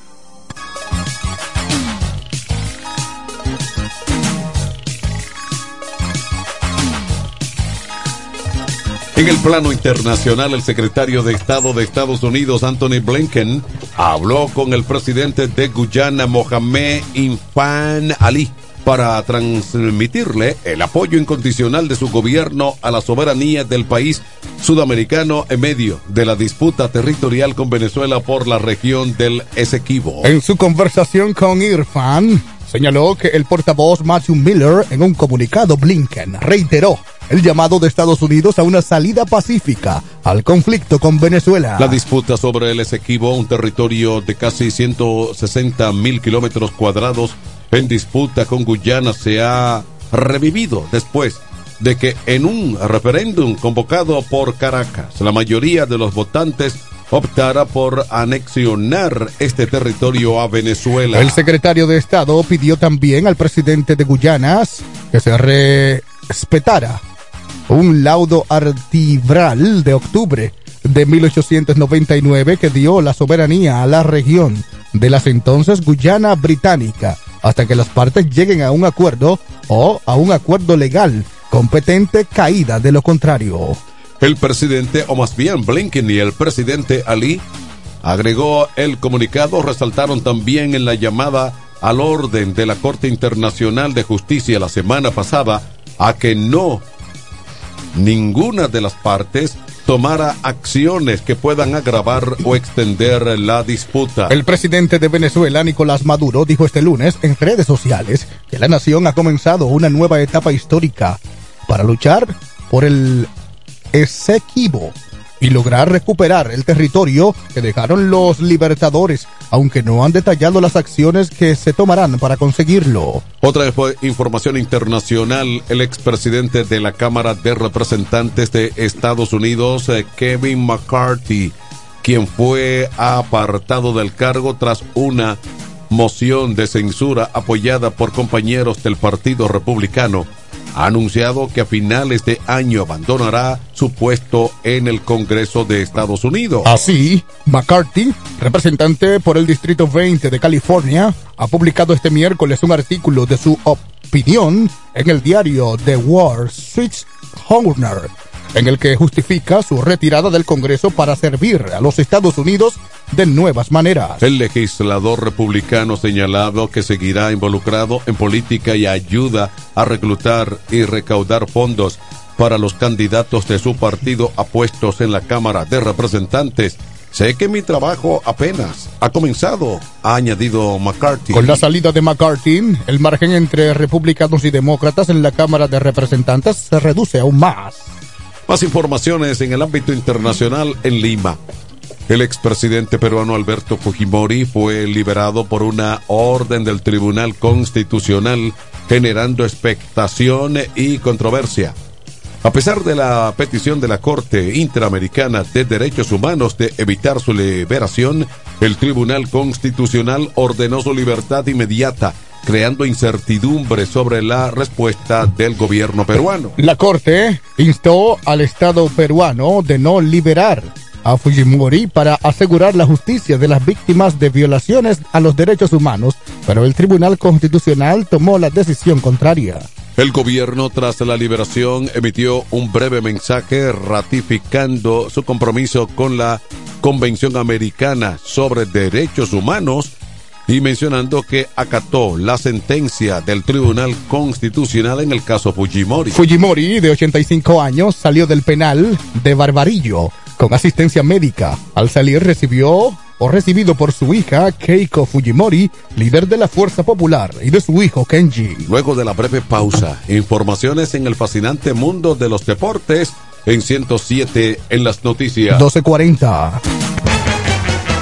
En el plano internacional, el secretario de Estado de Estados Unidos, Anthony Blinken, habló con el presidente de Guyana, Mohamed Infan Ali, para transmitirle el apoyo incondicional de su gobierno a la soberanía del país sudamericano en medio de la disputa territorial con Venezuela por la región del Esequibo. En su conversación con Irfan, señaló que el portavoz Matthew Miller, en un comunicado, Blinken reiteró el llamado de Estados Unidos a una salida pacífica al conflicto con Venezuela. La disputa sobre el Esequibo, un territorio de casi ciento sesenta mil kilómetros cuadrados en disputa con Guyana, se ha revivido después de que en un referéndum convocado por Caracas, la mayoría de los votantes optara por anexionar este territorio a Venezuela. El secretario de Estado pidió también al presidente de Guyana que se respetara un laudo arbitral de octubre de mil ochocientos noventa y nueve que dio la soberanía a la región de las entonces Guyana Británica hasta que las partes lleguen a un acuerdo o a un acuerdo legal competente, caída de lo contrario. El presidente, o más bien Blinken y el presidente Ali, agregó el comunicado, resaltaron también en la llamada al orden de la Corte Internacional de Justicia la semana pasada a que no ninguna de las partes tomara acciones que puedan agravar o extender la disputa. El presidente de Venezuela, Nicolás Maduro, dijo este lunes en redes sociales que la nación ha comenzado una nueva etapa histórica para luchar por el Esequibo y lograr recuperar el territorio que dejaron los libertadores, aunque no han detallado las acciones que se tomarán para conseguirlo. Otra información internacional, el expresidente de la Cámara de Representantes de Estados Unidos, Kevin McCarthy, quien fue apartado del cargo tras una moción de censura apoyada por compañeros del Partido Republicano, ha anunciado que a finales de año abandonará su puesto en el Congreso de Estados Unidos. Así, McCarthy, representante por el Distrito veinte de California, ha publicado este miércoles un artículo de su opinión en el diario The Wall Street Journal, en el que justifica su retirada del Congreso para servir a los Estados Unidos de nuevas maneras. El legislador republicano ha señalado que seguirá involucrado en política y ayuda a reclutar y recaudar fondos para los candidatos de su partido a puestos en la Cámara de Representantes. Sé que mi trabajo apenas ha comenzado, ha añadido McCarthy. Con la salida de McCarthy, el margen entre republicanos y demócratas en la Cámara de Representantes se reduce aún más. Más informaciones en el ámbito internacional en Lima. El expresidente peruano Alberto Fujimori fue liberado por una orden del Tribunal Constitucional, generando expectación y controversia. A pesar de la petición de la Corte Interamericana de Derechos Humanos de evitar su liberación, el Tribunal Constitucional ordenó su libertad inmediata, creando incertidumbre sobre la respuesta del gobierno peruano. La Corte instó al Estado peruano de no liberar a Fujimori para asegurar la justicia de las víctimas de violaciones a los derechos humanos, pero el Tribunal Constitucional tomó la decisión contraria. El gobierno, tras la liberación, emitió un breve mensaje ratificando su compromiso con la Convención Americana sobre Derechos Humanos y mencionando que acató la sentencia del Tribunal Constitucional en el caso Fujimori. Fujimori, de ochenta y cinco años, salió del penal de Barbarillo con asistencia médica. Al salir recibió o recibido por su hija Keiko Fujimori, líder de la Fuerza Popular, y de su hijo Kenji. Luego de la breve pausa, informaciones en el fascinante mundo de los deportes en ciento siete en las noticias. doce cuarenta.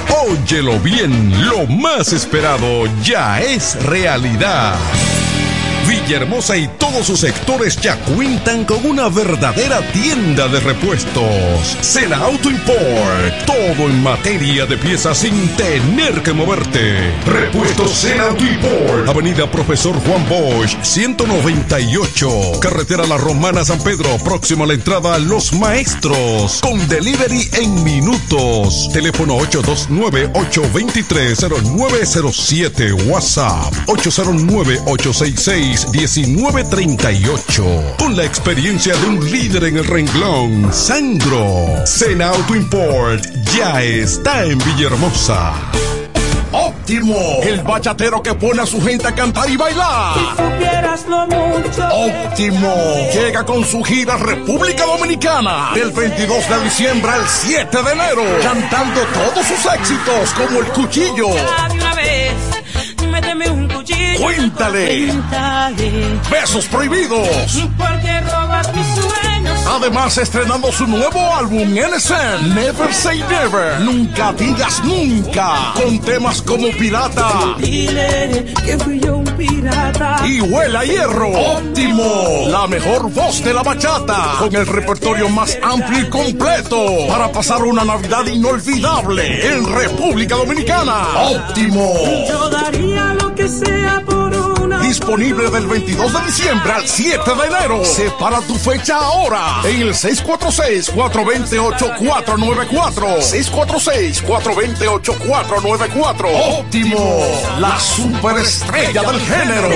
Óyelo bien, lo más esperado ya es realidad. Villahermosa y todos sus sectores ya cuentan con una verdadera tienda de repuestos. Sena Auto Import. Todo en materia de piezas sin tener que moverte. Repuestos Sena Auto Import. Avenida Profesor Juan Bosch, ciento noventa y ocho. Carretera La Romana San Pedro, próximo a la entrada a Los Maestros. Con delivery en minutos. Teléfono ocho dos nueve, ocho dos tres, cero nueve cero siete. WhatsApp ocho cero nueve, ocho seis seis, uno nueve tres ocho. Con la experiencia de un líder en el renglón, Sandro. Sena Auto Import ya está en Villahermosa. Óptimo, el bachatero que pone a su gente a cantar y bailar. Si supieras lo mucho. Óptimo llega con su gira República Dominicana del veintidós de diciembre al siete de enero, cantando todos sus éxitos como El Cuchillo. Ya de una vez, méteme un cuchillo. Cuéntale. Cuéntale. Besos Prohibidos. Porque robas mis sueños. Además, estrenando su nuevo álbum N S N, Never Say Never, Nunca Digas Nunca, con temas como Pirata. Dile que fui yo un pirata. Y Huele a Hierro. Óptimo, la mejor voz de la bachata, con el repertorio más amplio y completo para pasar una Navidad inolvidable en República Dominicana. Óptimo. Yo daría lo que sea por una. Disponible del veintidós de diciembre al siete de enero. Separa tu fecha ahora en el seis cuatro seis, cuatro dos ocho, cuatro nueve cuatro. seis cuatro seis, cuatro dos ocho, cuatro nueve cuatro. Óptimo, la superestrella del género.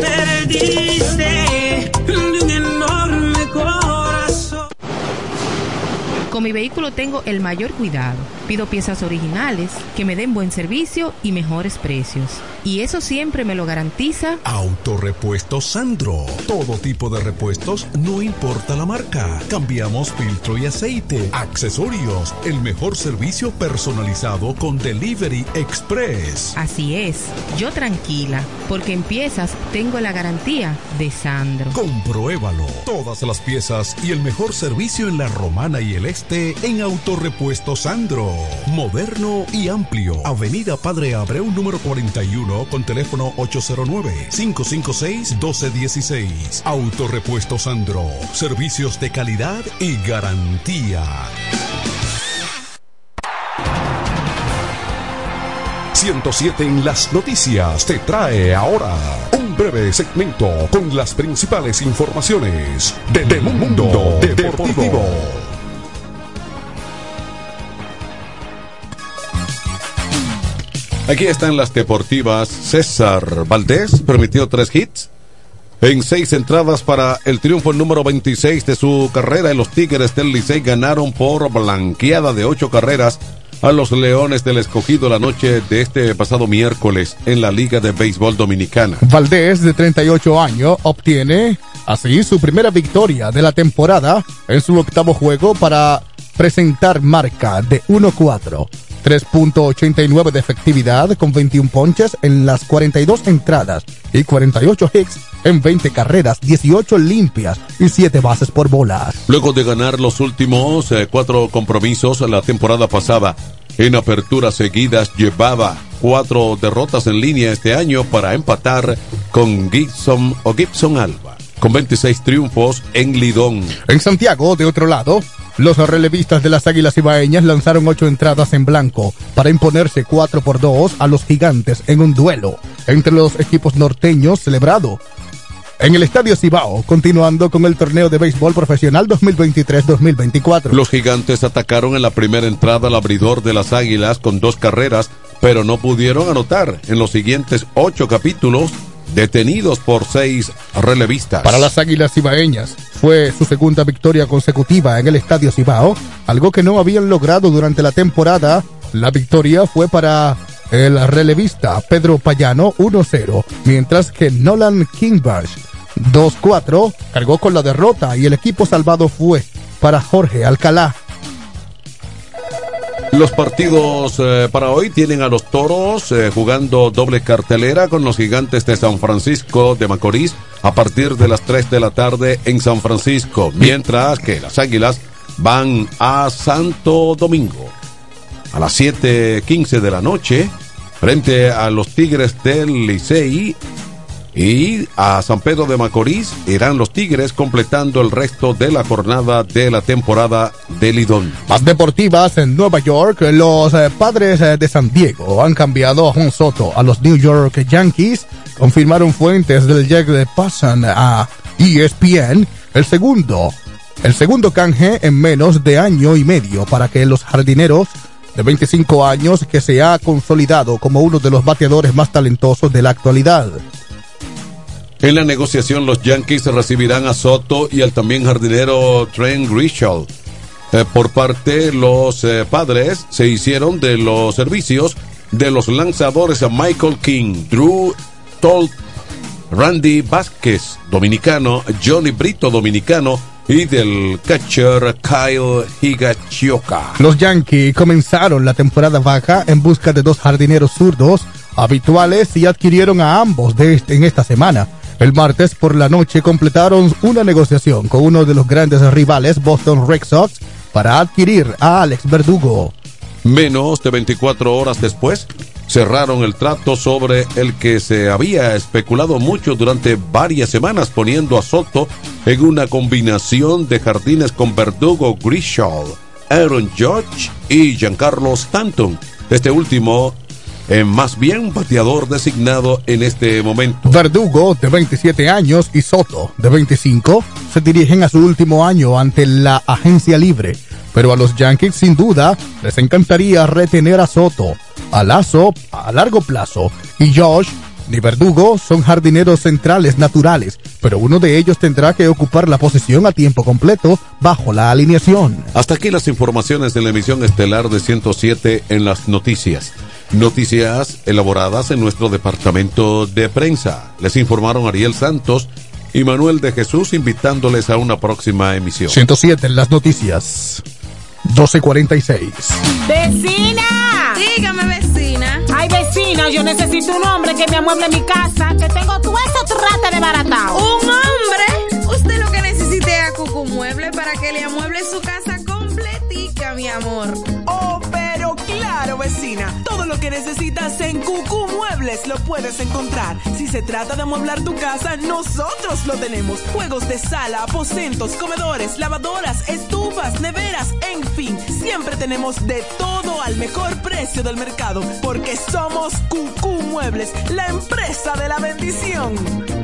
Perdiste un enorme corazón. Con mi vehículo tengo el mayor cuidado. Pido piezas originales, que me den buen servicio y mejores precios. Y eso siempre me lo garantiza Autorepuestos Sandro. Todo tipo de repuestos, no importa la marca. Cambiamos filtro y aceite, accesorios, el mejor servicio personalizado con Delivery Express. Así es, yo tranquila, porque en piezas tengo la garantía de Sandro. Compruébalo. Todas las piezas y el mejor servicio en La Romana y el Este en Autorepuestos Sandro. Moderno y amplio. Avenida Padre Abreu número cuarenta y uno con teléfono ocho cero nueve, cinco cinco seis, uno dos uno seis. Autorepuestos Sandro. Servicios de calidad y garantía. ciento siete en las noticias te trae ahora un breve segmento con las principales informaciones del de mundo deportivo. Aquí están las deportivas. César Valdés permitió tres hits en seis entradas para el triunfo número veintiséis de su carrera. Y los Tigres del Licey ganaron por blanqueada de ocho carreras a los Leones del Escogido la noche de este pasado miércoles en la Liga de Béisbol Dominicana. Valdés, de treinta y ocho años, obtiene así su primera victoria de la temporada en su octavo juego para presentar marca de uno cuatro. tres punto ochenta y nueve de efectividad con veintiún ponches en las cuarenta y dos entradas y cuarenta y ocho hits en veinte carreras, dieciocho limpias y siete bases por bolas. Luego de ganar los últimos eh, cuatro compromisos la temporada pasada, en aperturas seguidas llevaba cuatro derrotas en línea este año para empatar con Gibson o Gibson Alba, con veintiséis triunfos en Lidón. En Santiago, de otro lado, los relevistas de las Águilas Ibaeñas lanzaron ocho entradas en blanco para imponerse cuatro por dos a los Gigantes en un duelo entre los equipos norteños celebrado en el Estadio Cibao, continuando con el torneo de béisbol profesional dos mil veintitrés dos mil veinticuatro. Los Gigantes atacaron en la primera entrada al abridor de las Águilas con dos carreras, pero no pudieron anotar en los siguientes ocho capítulos, detenidos por seis relevistas. Para las Águilas Cibaeñas fue su segunda victoria consecutiva en el Estadio Cibao, algo que no habían logrado durante la temporada. La victoria fue para el relevista Pedro Payano uno cero, mientras que Nolan Kingbach dos cuatro cargó con la derrota y el equipo salvado fue para Jorge Alcalá. Los partidos eh, para hoy tienen a los Toros eh, jugando doble cartelera con los Gigantes de San Francisco de Macorís a partir de las tres de la tarde en San Francisco, mientras que las Águilas van a Santo Domingo a las siete quince de la noche frente a los Tigres del Licey Y a San Pedro de Macorís irán los Tigres, completando el resto de la jornada de la temporada de Lidón. Más deportivas en Nueva York. Los eh, Padres eh, de San Diego han cambiado a Juan Soto a los New York Yankees. Confirmaron fuentes del Jack de pasan a E S P N el segundo, el segundo canje en menos de año y medio para que los jardineros de veinticinco años, que se ha consolidado como uno de los bateadores más talentosos de la actualidad. En la negociación, los Yankees recibirán a Soto y al también jardinero Trent Grisham. Eh, por parte, los eh, Padres se hicieron de los servicios de los lanzadores a Michael King, Drew Tolt, Randy Vázquez, dominicano, Johnny Brito, dominicano, y del catcher Kyle Higashioka. Los Yankees comenzaron la temporada baja en busca de dos jardineros zurdos habituales y adquirieron a ambos de este, en esta semana. El martes por la noche completaron una negociación con uno de los grandes rivales, Boston Red Sox, para adquirir a Alex Verdugo. Menos de veinticuatro horas después, cerraron el trato sobre el que se había especulado mucho durante varias semanas, poniendo a Soto en una combinación de jardines con Verdugo, Grisham, Aaron Judge y Giancarlo Stanton. Este último Eh, más bien bateador designado en este momento. Verdugo, de veintisiete años, y Soto, de veinticinco, se dirigen a su último año ante la agencia libre, pero a los Yankees sin duda les encantaría retener a Soto a lazo a largo plazo, y Josh ni Verdugo son jardineros centrales naturales, pero uno de ellos tendrá que ocupar la posición a tiempo completo bajo la alineación. Hasta aquí las informaciones de la emisión estelar de ciento siete en las noticias. Noticias elaboradas en nuestro departamento de prensa. Les informaron Ariel Santos y Manuel de Jesús, invitándoles a una próxima emisión. ciento siete en las noticias. doce cuarenta y seis. ¡Vecina! Dígame, vecina. Ay, vecina, yo necesito un hombre que me amueble mi casa, que tengo todo eso trate de baratao. ¿Un hombre? Usted lo que necesite es a Cucu Mueble para que le amueble su casa completica, mi amor. Oh, pero claro, vecina. Todo lo que necesitas en Cucú Muebles lo puedes encontrar. Si se trata de amueblar tu casa, nosotros lo tenemos. Juegos de sala, aposentos, comedores, lavadoras, estufas, neveras, en fin. Siempre tenemos de todo al mejor precio del mercado, porque somos Cucú Muebles, la empresa de la bendición.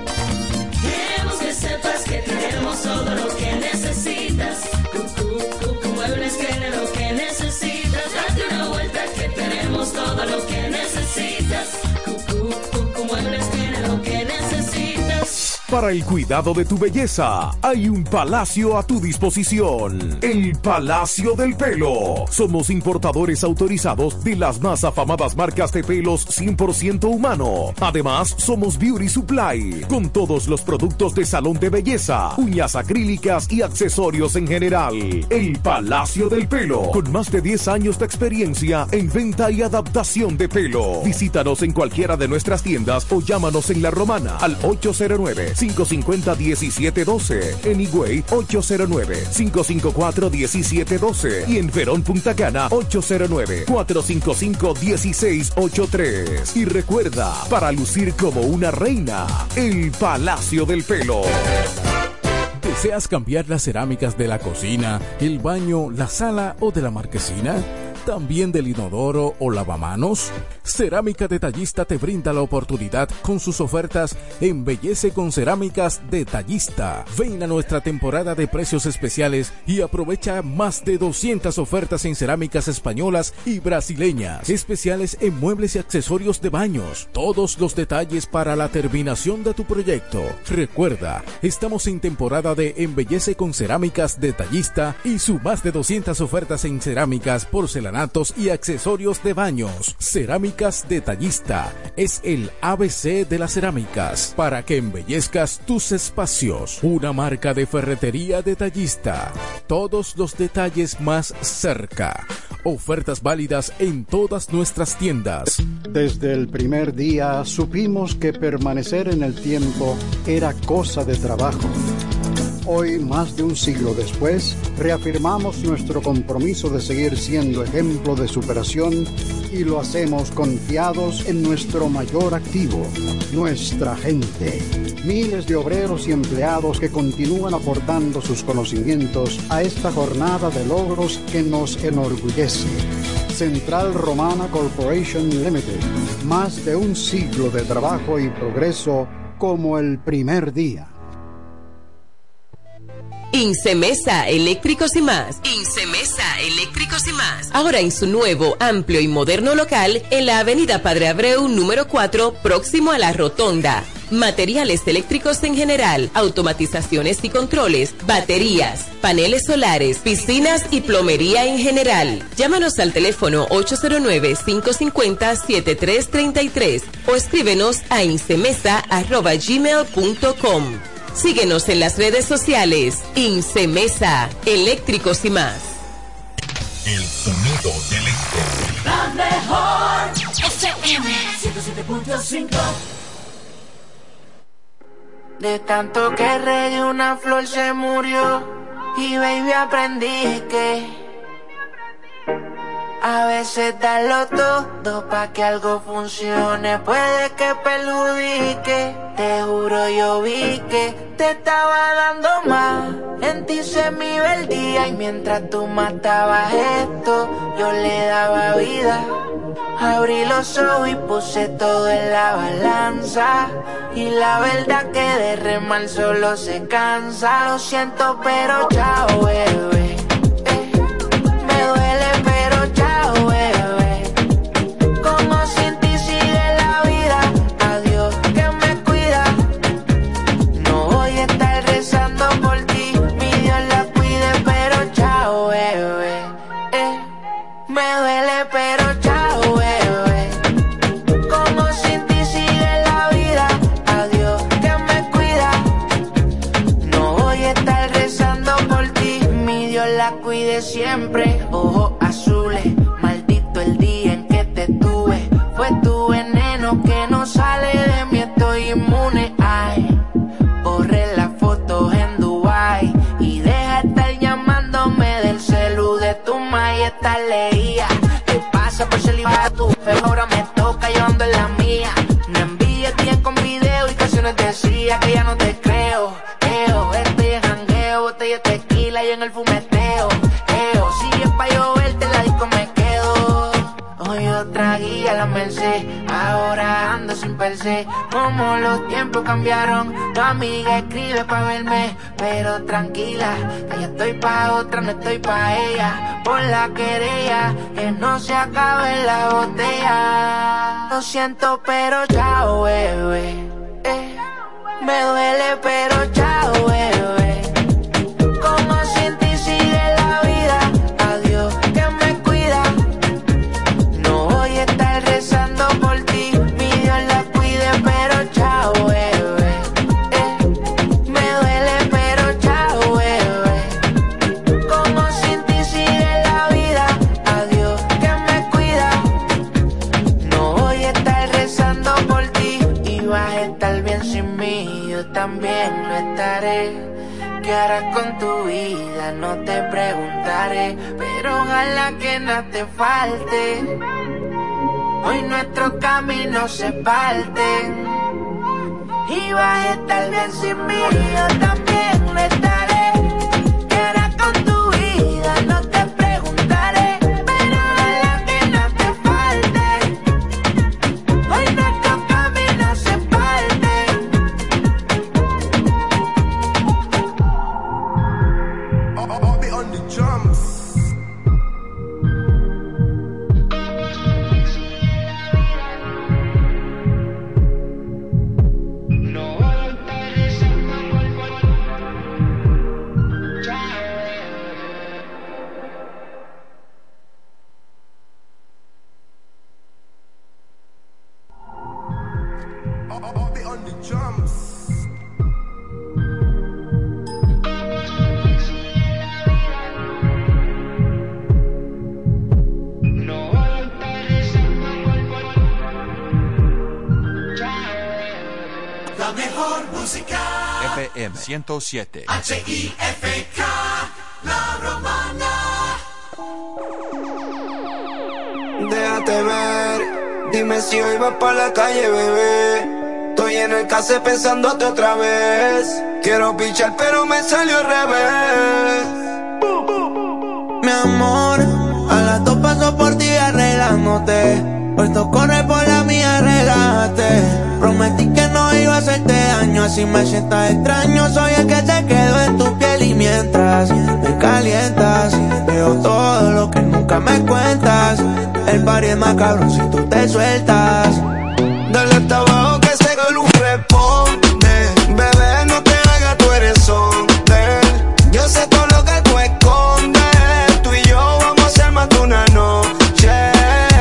Queremos que sepas que tenemos todo lo que necesitas. Cucú, Cucú Muebles tiene lo que necesitas. Date una vuelta que tenemos todo lo que necesitas. Cucú, Cucú Muebles tiene lo que necesitas. Para el cuidado de tu belleza, hay un palacio a tu disposición. El Palacio del Pelo. Somos importadores autorizados de las más afamadas marcas de pelos cien por ciento humano. Además, somos Beauty Supply, con todos los productos de salón de belleza, uñas acrílicas y accesorios en general. El Palacio del Pelo, con más de diez años de experiencia en venta y adaptación de pelo. Visítanos en cualquiera de nuestras tiendas o llámanos en La Romana al ocho cero nueve, cinco cinco cero, uno siete uno dos, en Higüey ocho cero nueve, cinco cinco cuatro, uno siete uno dos y en Verón Punta Cana ocho cero nueve, cuatro cinco cinco, uno seis ocho tres. Y recuerda, para lucir como una reina, el Palacio del Pelo. ¿Deseas cambiar las cerámicas de la cocina, el baño, la sala o de la marquesina? ¿También del inodoro o lavamanos? Cerámica Detallista te brinda la oportunidad con sus ofertas Embellece con Cerámicas Detallista. Ven a nuestra temporada de precios especiales y aprovecha más de doscientas ofertas en cerámicas españolas y brasileñas, especiales en muebles y accesorios de baños. Todos los detalles para la terminación de tu proyecto. Recuerda, estamos en temporada de Embellece con Cerámicas Detallista y su más de doscientas ofertas en cerámicas, porcelanatos y accesorios de baños. Cerámicas Detallista es el A B C de las cerámicas para que embellezcas tus espacios. Una marca de ferretería detallista. Todos los detalles más cerca. Ofertas válidas en todas nuestras tiendas. Desde el primer día supimos que permanecer en el tiempo era cosa de trabajo. Hoy, más de un siglo después, reafirmamos nuestro compromiso de seguir siendo ejemplo de superación y lo hacemos confiados en nuestro mayor activo, nuestra gente. Miles de obreros y empleados que continúan aportando sus conocimientos a esta jornada de logros que nos enorgullece. Central Romana Corporation Limited, más de un siglo de trabajo y progreso como el primer día. Incemesa Eléctricos y Más. Incemesa Eléctricos y Más. Ahora en su nuevo, amplio y moderno local en la avenida Padre Abreu número cuatro, próximo a la Rotonda. Materiales eléctricos en general, automatizaciones y controles, baterías, paneles solares, piscinas y plomería en general. Llámanos al teléfono ocho cero nueve, cinco cinco cero, siete tres tres tres o escríbenos a incemesa arroba gmail punto com. Síguenos en las redes sociales. Incemesa, Eléctricos y Más. El sonido del este. La mejor F M ciento siete punto cinco. De tanto que regué una flor se murió. Y baby aprendí que a veces darlo todo pa' que algo funcione puede que perjudique. Te juro yo vi que te estaba dando más. En ti se me iba el día y mientras tú matabas esto yo le daba vida. Abrí los ojos y puse todo en la balanza. Y la verdad que de remar solo se cansa. Lo siento pero chao bebé. Siempre, ojos azules, maldito el día en que te tuve. Fue tu veneno que no sale de mí, estoy inmune. Ay, borré las fotos en Dubai y deja de estar llamándome del celu de tu ma y esta leía. ¿Qué pasa por celibato? Pero ahora me toca yo ando en la mía. No envíes bien con video y canciones decía que ya no te creo. Eo, estoy en jangueo, botella de tequila y en el fumeteo. Si es pa' llover, te la disco me quedo. Hoy otra guía la merced, ahora ando sin per se. Como los tiempos cambiaron, tu amiga escribe pa' verme. Pero tranquila, que yo estoy pa' otra, no estoy pa' ella. Por la querella, que no se acabe la botella. Lo siento pero chao bebé, eh. Me duele pero chao bebé. También lo estaré. ¿Qué harás con tu vida? No te preguntaré, pero ojalá que nada te falte. Hoy nuestros caminos se parten y vas a estar bien sin mí. Yo también lo estaré. ¿Qué harás con tu vida? No te preguntaré, pero ojalá que nada te falte. Hoy nuestros caminos se parten. La mejor música. F M ciento siete. H I F K, La Romana. déjate ver. Dime si hoy vas pa' la calle, bebé. Estoy en el case pensándote otra vez. Quiero pichar pero me salió al revés. Mi amor, a las dos paso por ti arreglándote. Hoy tú corres por la mía, relájate. Prometí que no iba a hacerte daño, así me sientas extraño. Soy el que se quedó en tu piel y mientras me calientas, veo todo lo que nunca me cuentas. El party es más cabrón si tú te sueltas. Dale hasta abajo que se luz responde. Bebé, no te hagas, tú eres hombre. Yo sé todo lo que tú escondes. Tú y yo vamos a hacer más de una noche.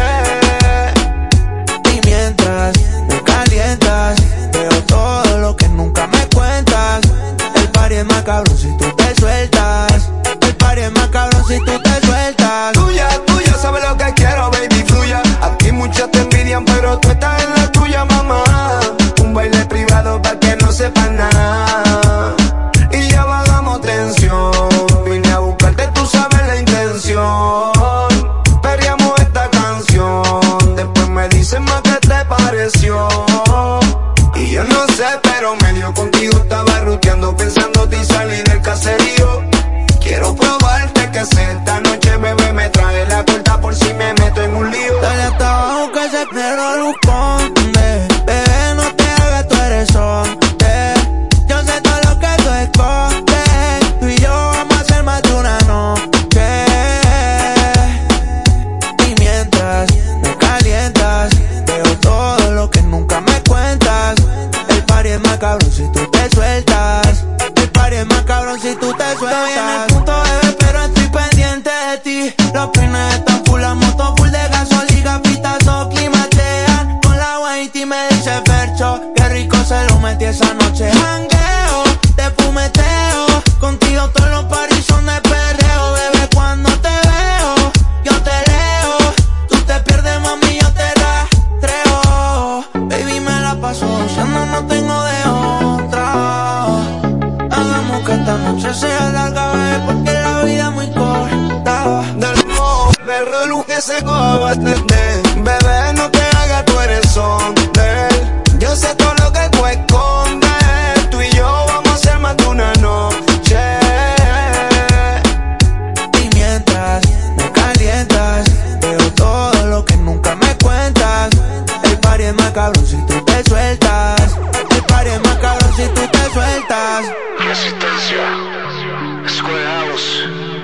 Y mientras me calientas, veo todo lo que nunca me cuentas. El party es más cabrón si tú te sueltas. El party es más cabrón si tú te sueltas. Tuya, tuya, sabes lo que quiero, baby, fluya. Aquí muchas te envidian, pero tú estás en la tuya, mamá. Un baile privado pa' que no sepan nada. Y ya bajamos tensión. Vine a buscarte, tú sabes la intención. Perreamos esta canción. Después me dicen más que te pareció. Y yo no sé, pero medio contigo estaba ruteando, pensándote y salí del caserío. Quiero probarte que sé esta noche, bebé, me trae la corta por si me meto en un lío. Dale hasta abajo que se pero luz esconde. Bebé, no te hagas, tú eres hombre. Yo sé todo lo que tú escondes. Tú y yo vamos a hacer más de una noche. Y mientras me calientas, veo todo lo que nunca me cuentas. El party es más cabrón si tú te sueltas. El party es más cabrón si tú te sueltas. Estoy en el punto, bebé, pero estoy pendiente de ti. Los peines están full, la moto full de gasolina, pitazo, climatean. Con la Whitey me dice Fercho, qué rico se lo metí esa noche. Jangueo, te fumeteo, contigo todos los paris son de perreo. Bebé, cuando te veo, yo te leo. Tú te pierdes, mami, yo te rastreo. Baby, me la paso gozando, no tengo de otra. Hagamos que esta noche sea larga, bebé, porque la vida es muy corta. Del mo, perro luz que se coba extender. Bebé, no te hagas, tú eres hombre. Yo sé todo lo que tú escondes. Tú y yo vamos a hacer más de una noche. Y mientras me calientas, veo todo lo que nunca me cuentas. El party es más cabrón si tú te sueltas. El party es más cabrón si tú te sueltas. Resistencia, escueados.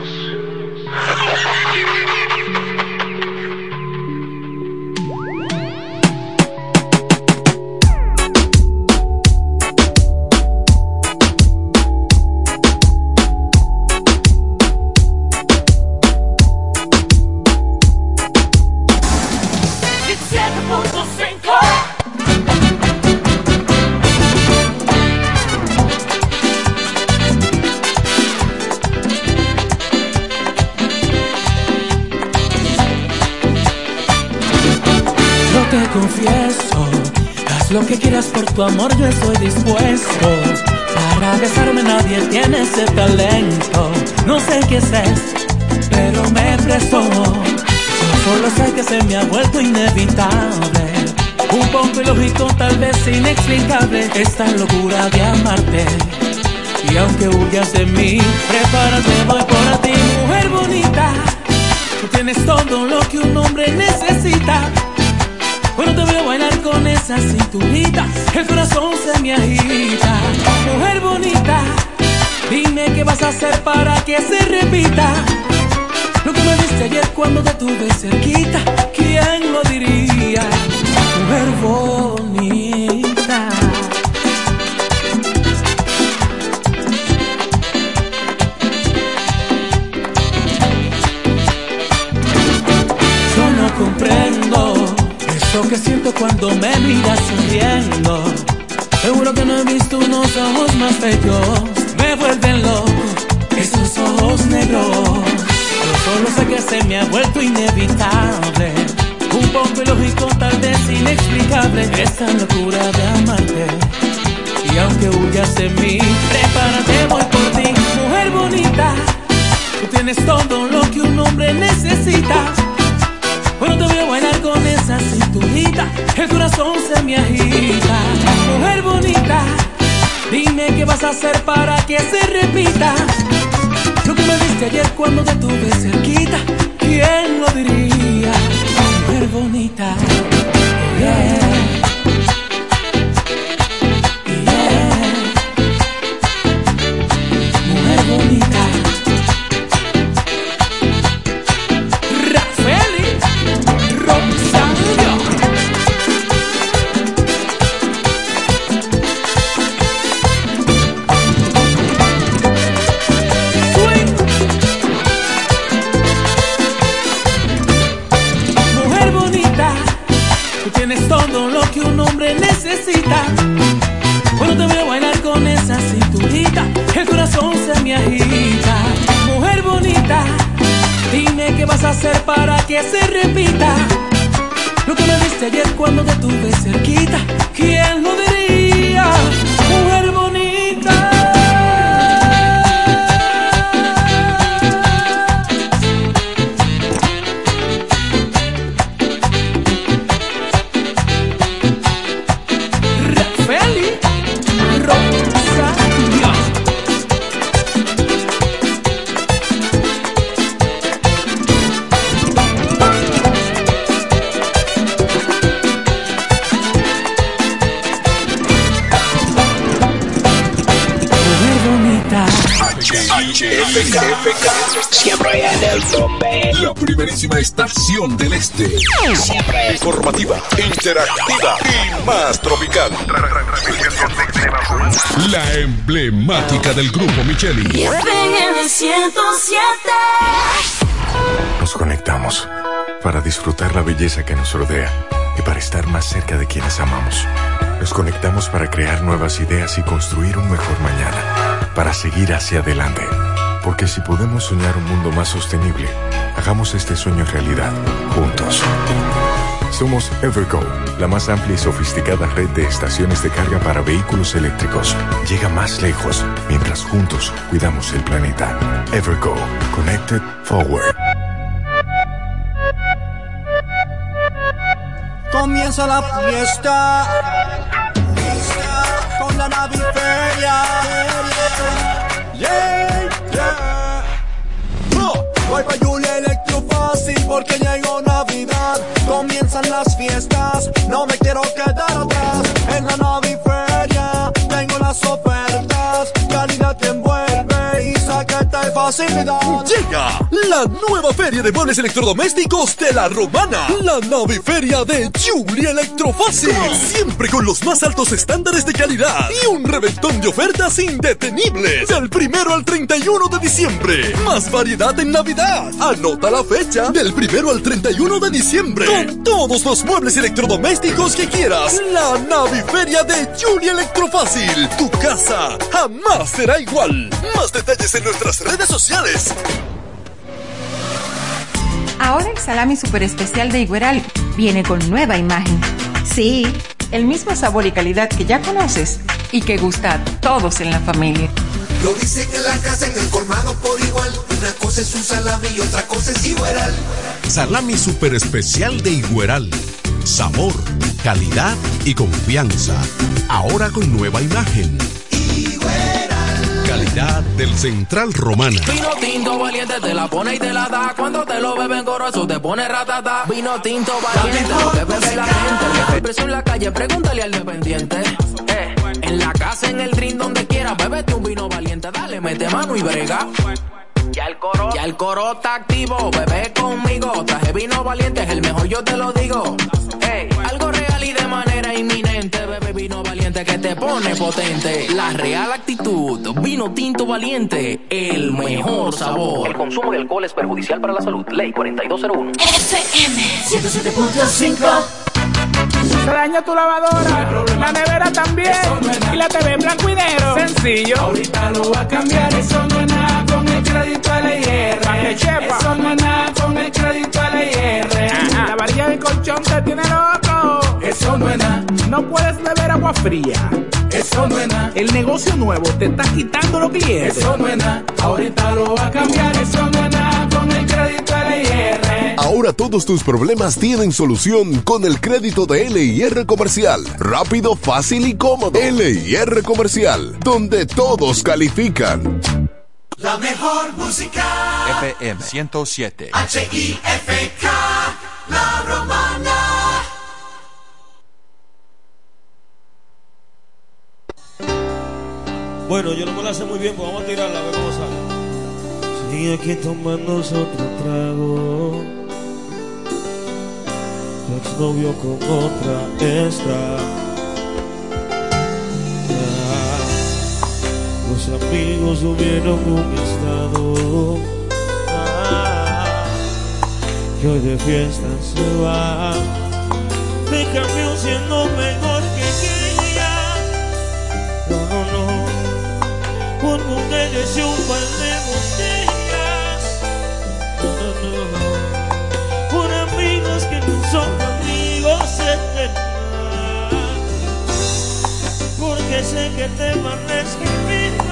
Te confieso, haz lo que quieras por tu amor, yo estoy dispuesto. Para besarme nadie tiene ese talento. No sé qué es, pero me prestó. Solo sé que se me ha vuelto inevitable. Un poco ilógico, tal vez inexplicable, esta locura de amarte. Y aunque huyas de mí, prepárate, voy por ti, mujer bonita. Tú tienes todo lo que un hombre necesita. Cuando te veo bailar con esa cinturita, el corazón se me agita. Mujer bonita, dime qué vas a hacer para que se repita lo que me diste ayer cuando te tuve cerquita. ¿Quién lo diría? Mujer bonita. Yo no comprendo lo que siento cuando me miras sonriendo. Seguro que no he visto unos ojos más bellos. Me vuelven loco esos ojos negros. Yo solo sé que se me ha vuelto inevitable. Un poco ilógico, tal vez inexplicable, esta locura de amarte. Y aunque huyas de mí, prepárate, voy por ti, mujer bonita. Tú tienes todo lo que un hombre necesita. Cuando te veo a hacer para que se repita lo que me diste ayer cuando te tuve cerquita? ¿Quién lo diría? Mujer bonita, yeah. Cuando te veo bailar con esa cinturita, el corazón se me agita. Mujer bonita, dime qué vas a hacer para que se repita lo que me diste ayer cuando te tuve cerquita. ¿Quién lo diría? Mujer bonita. F K, F K, siempre en el tope. La primerísima estación del este. Siempre informativa, interactiva y más tropical. La emblemática del grupo Micheli. Y F M ciento siete. Nos conectamos para disfrutar la belleza que nos rodea y para estar más cerca de quienes amamos. Nos conectamos para crear nuevas ideas y construir un mejor mañana, para seguir hacia adelante. Porque si podemos soñar un mundo más sostenible, hagamos este sueño realidad, juntos. Somos Evergo, la más amplia y sofisticada red de estaciones de carga para vehículos eléctricos. Llega más lejos, mientras juntos cuidamos el planeta. Evergo, Connected Forward. Comienza la fiesta con la Naviferia. Yeah, yeah. Oh, voy pa' Julia Electrofácil porque llegó Navidad. Comienzan las fiestas, no me quiero quedar atrás. En la Naviferia tengo las ofertas, calidad que envuelve y saqueta de facilidad. Llega la nueva feria de muebles electrodomésticos de La Romana, la Naviferia de Julia Electrofácil, siempre con los más altos estándares de calidad y un reventón de ofertas indetenibles del primero al treinta y uno de diciembre. Más variedad en Navidad. Anota la fecha, del primero al treinta y uno de diciembre, con todos los muebles electrodomésticos que quieras. La Naviferia de Julia Electrofácil, tu casa jamás será igual. Más detalles en nuestras redes sociales. Ahora el salami super especial de Igueral viene con nueva imagen. Sí, el mismo sabor y calidad que ya conoces y que gusta a todos en la familia. Lo dicen en la casa, en el colmado por igual. Una cosa es un salami y otra cosa es Igueral. Salami super especial de Igueral. Sabor, calidad y confianza. Ahora con nueva imagen. Calidad del Central Romana. Vino tinto valiente, te la pone y te la da. Cuando te lo beben goroso, te pone ratata. Vino tinto valiente, lo que bebe la gente. El precio en la calle, pregúntale al dependiente. Eh, en la casa, en el drink, donde quiera, bébete un vino valiente. Dale, mete mano y brega. Ya el coro, ya el coro está activo, bebé conmigo. Traje vino valiente, es el mejor, yo te lo digo. Hey, algo real y de manera inminente. Bebé vino valiente que te pone potente. La real actitud, vino tinto valiente, el mejor sabor. El consumo de alcohol es perjudicial para la salud. Ley cuarenta y dos cero uno. F M ciento siete punto cinco. Se daña tu lavadora, la nevera también, y la T V en blanco y negro. Sencillo. Ahorita lo va a cambiar, eso no es nada con el crédito L I R. Eso no es nada con el crédito L I R. La varilla de colchón te tiene loco. Eso no es nada. No puedes beber agua fría. Eso no es nada. El negocio nuevo te está quitando los clientes. Eso no es nada. Ahorita lo va a cambiar, eso no es nada con el crédito L I R. Ahora todos tus problemas tienen solución con el crédito de L I R Comercial. Rápido, fácil y cómodo. L I R Comercial, donde todos califican. La mejor música. F M ciento siete. H I F K, La Romana. Bueno, yo no me la sé muy bien, pues vamos a tirarla, a ver cómo sale. Sigue aquí tomándose otro trago. Tu exnovio con otra está. Ah, los amigos subieron un estado. Ah, que hoy de fiesta se va. Me cambió siendo mejor que quería. No, no, no. Por mujeres y un par de botellas. No, no, no. Por amigos que no son amigos eternos. Porque sé que te van a escribir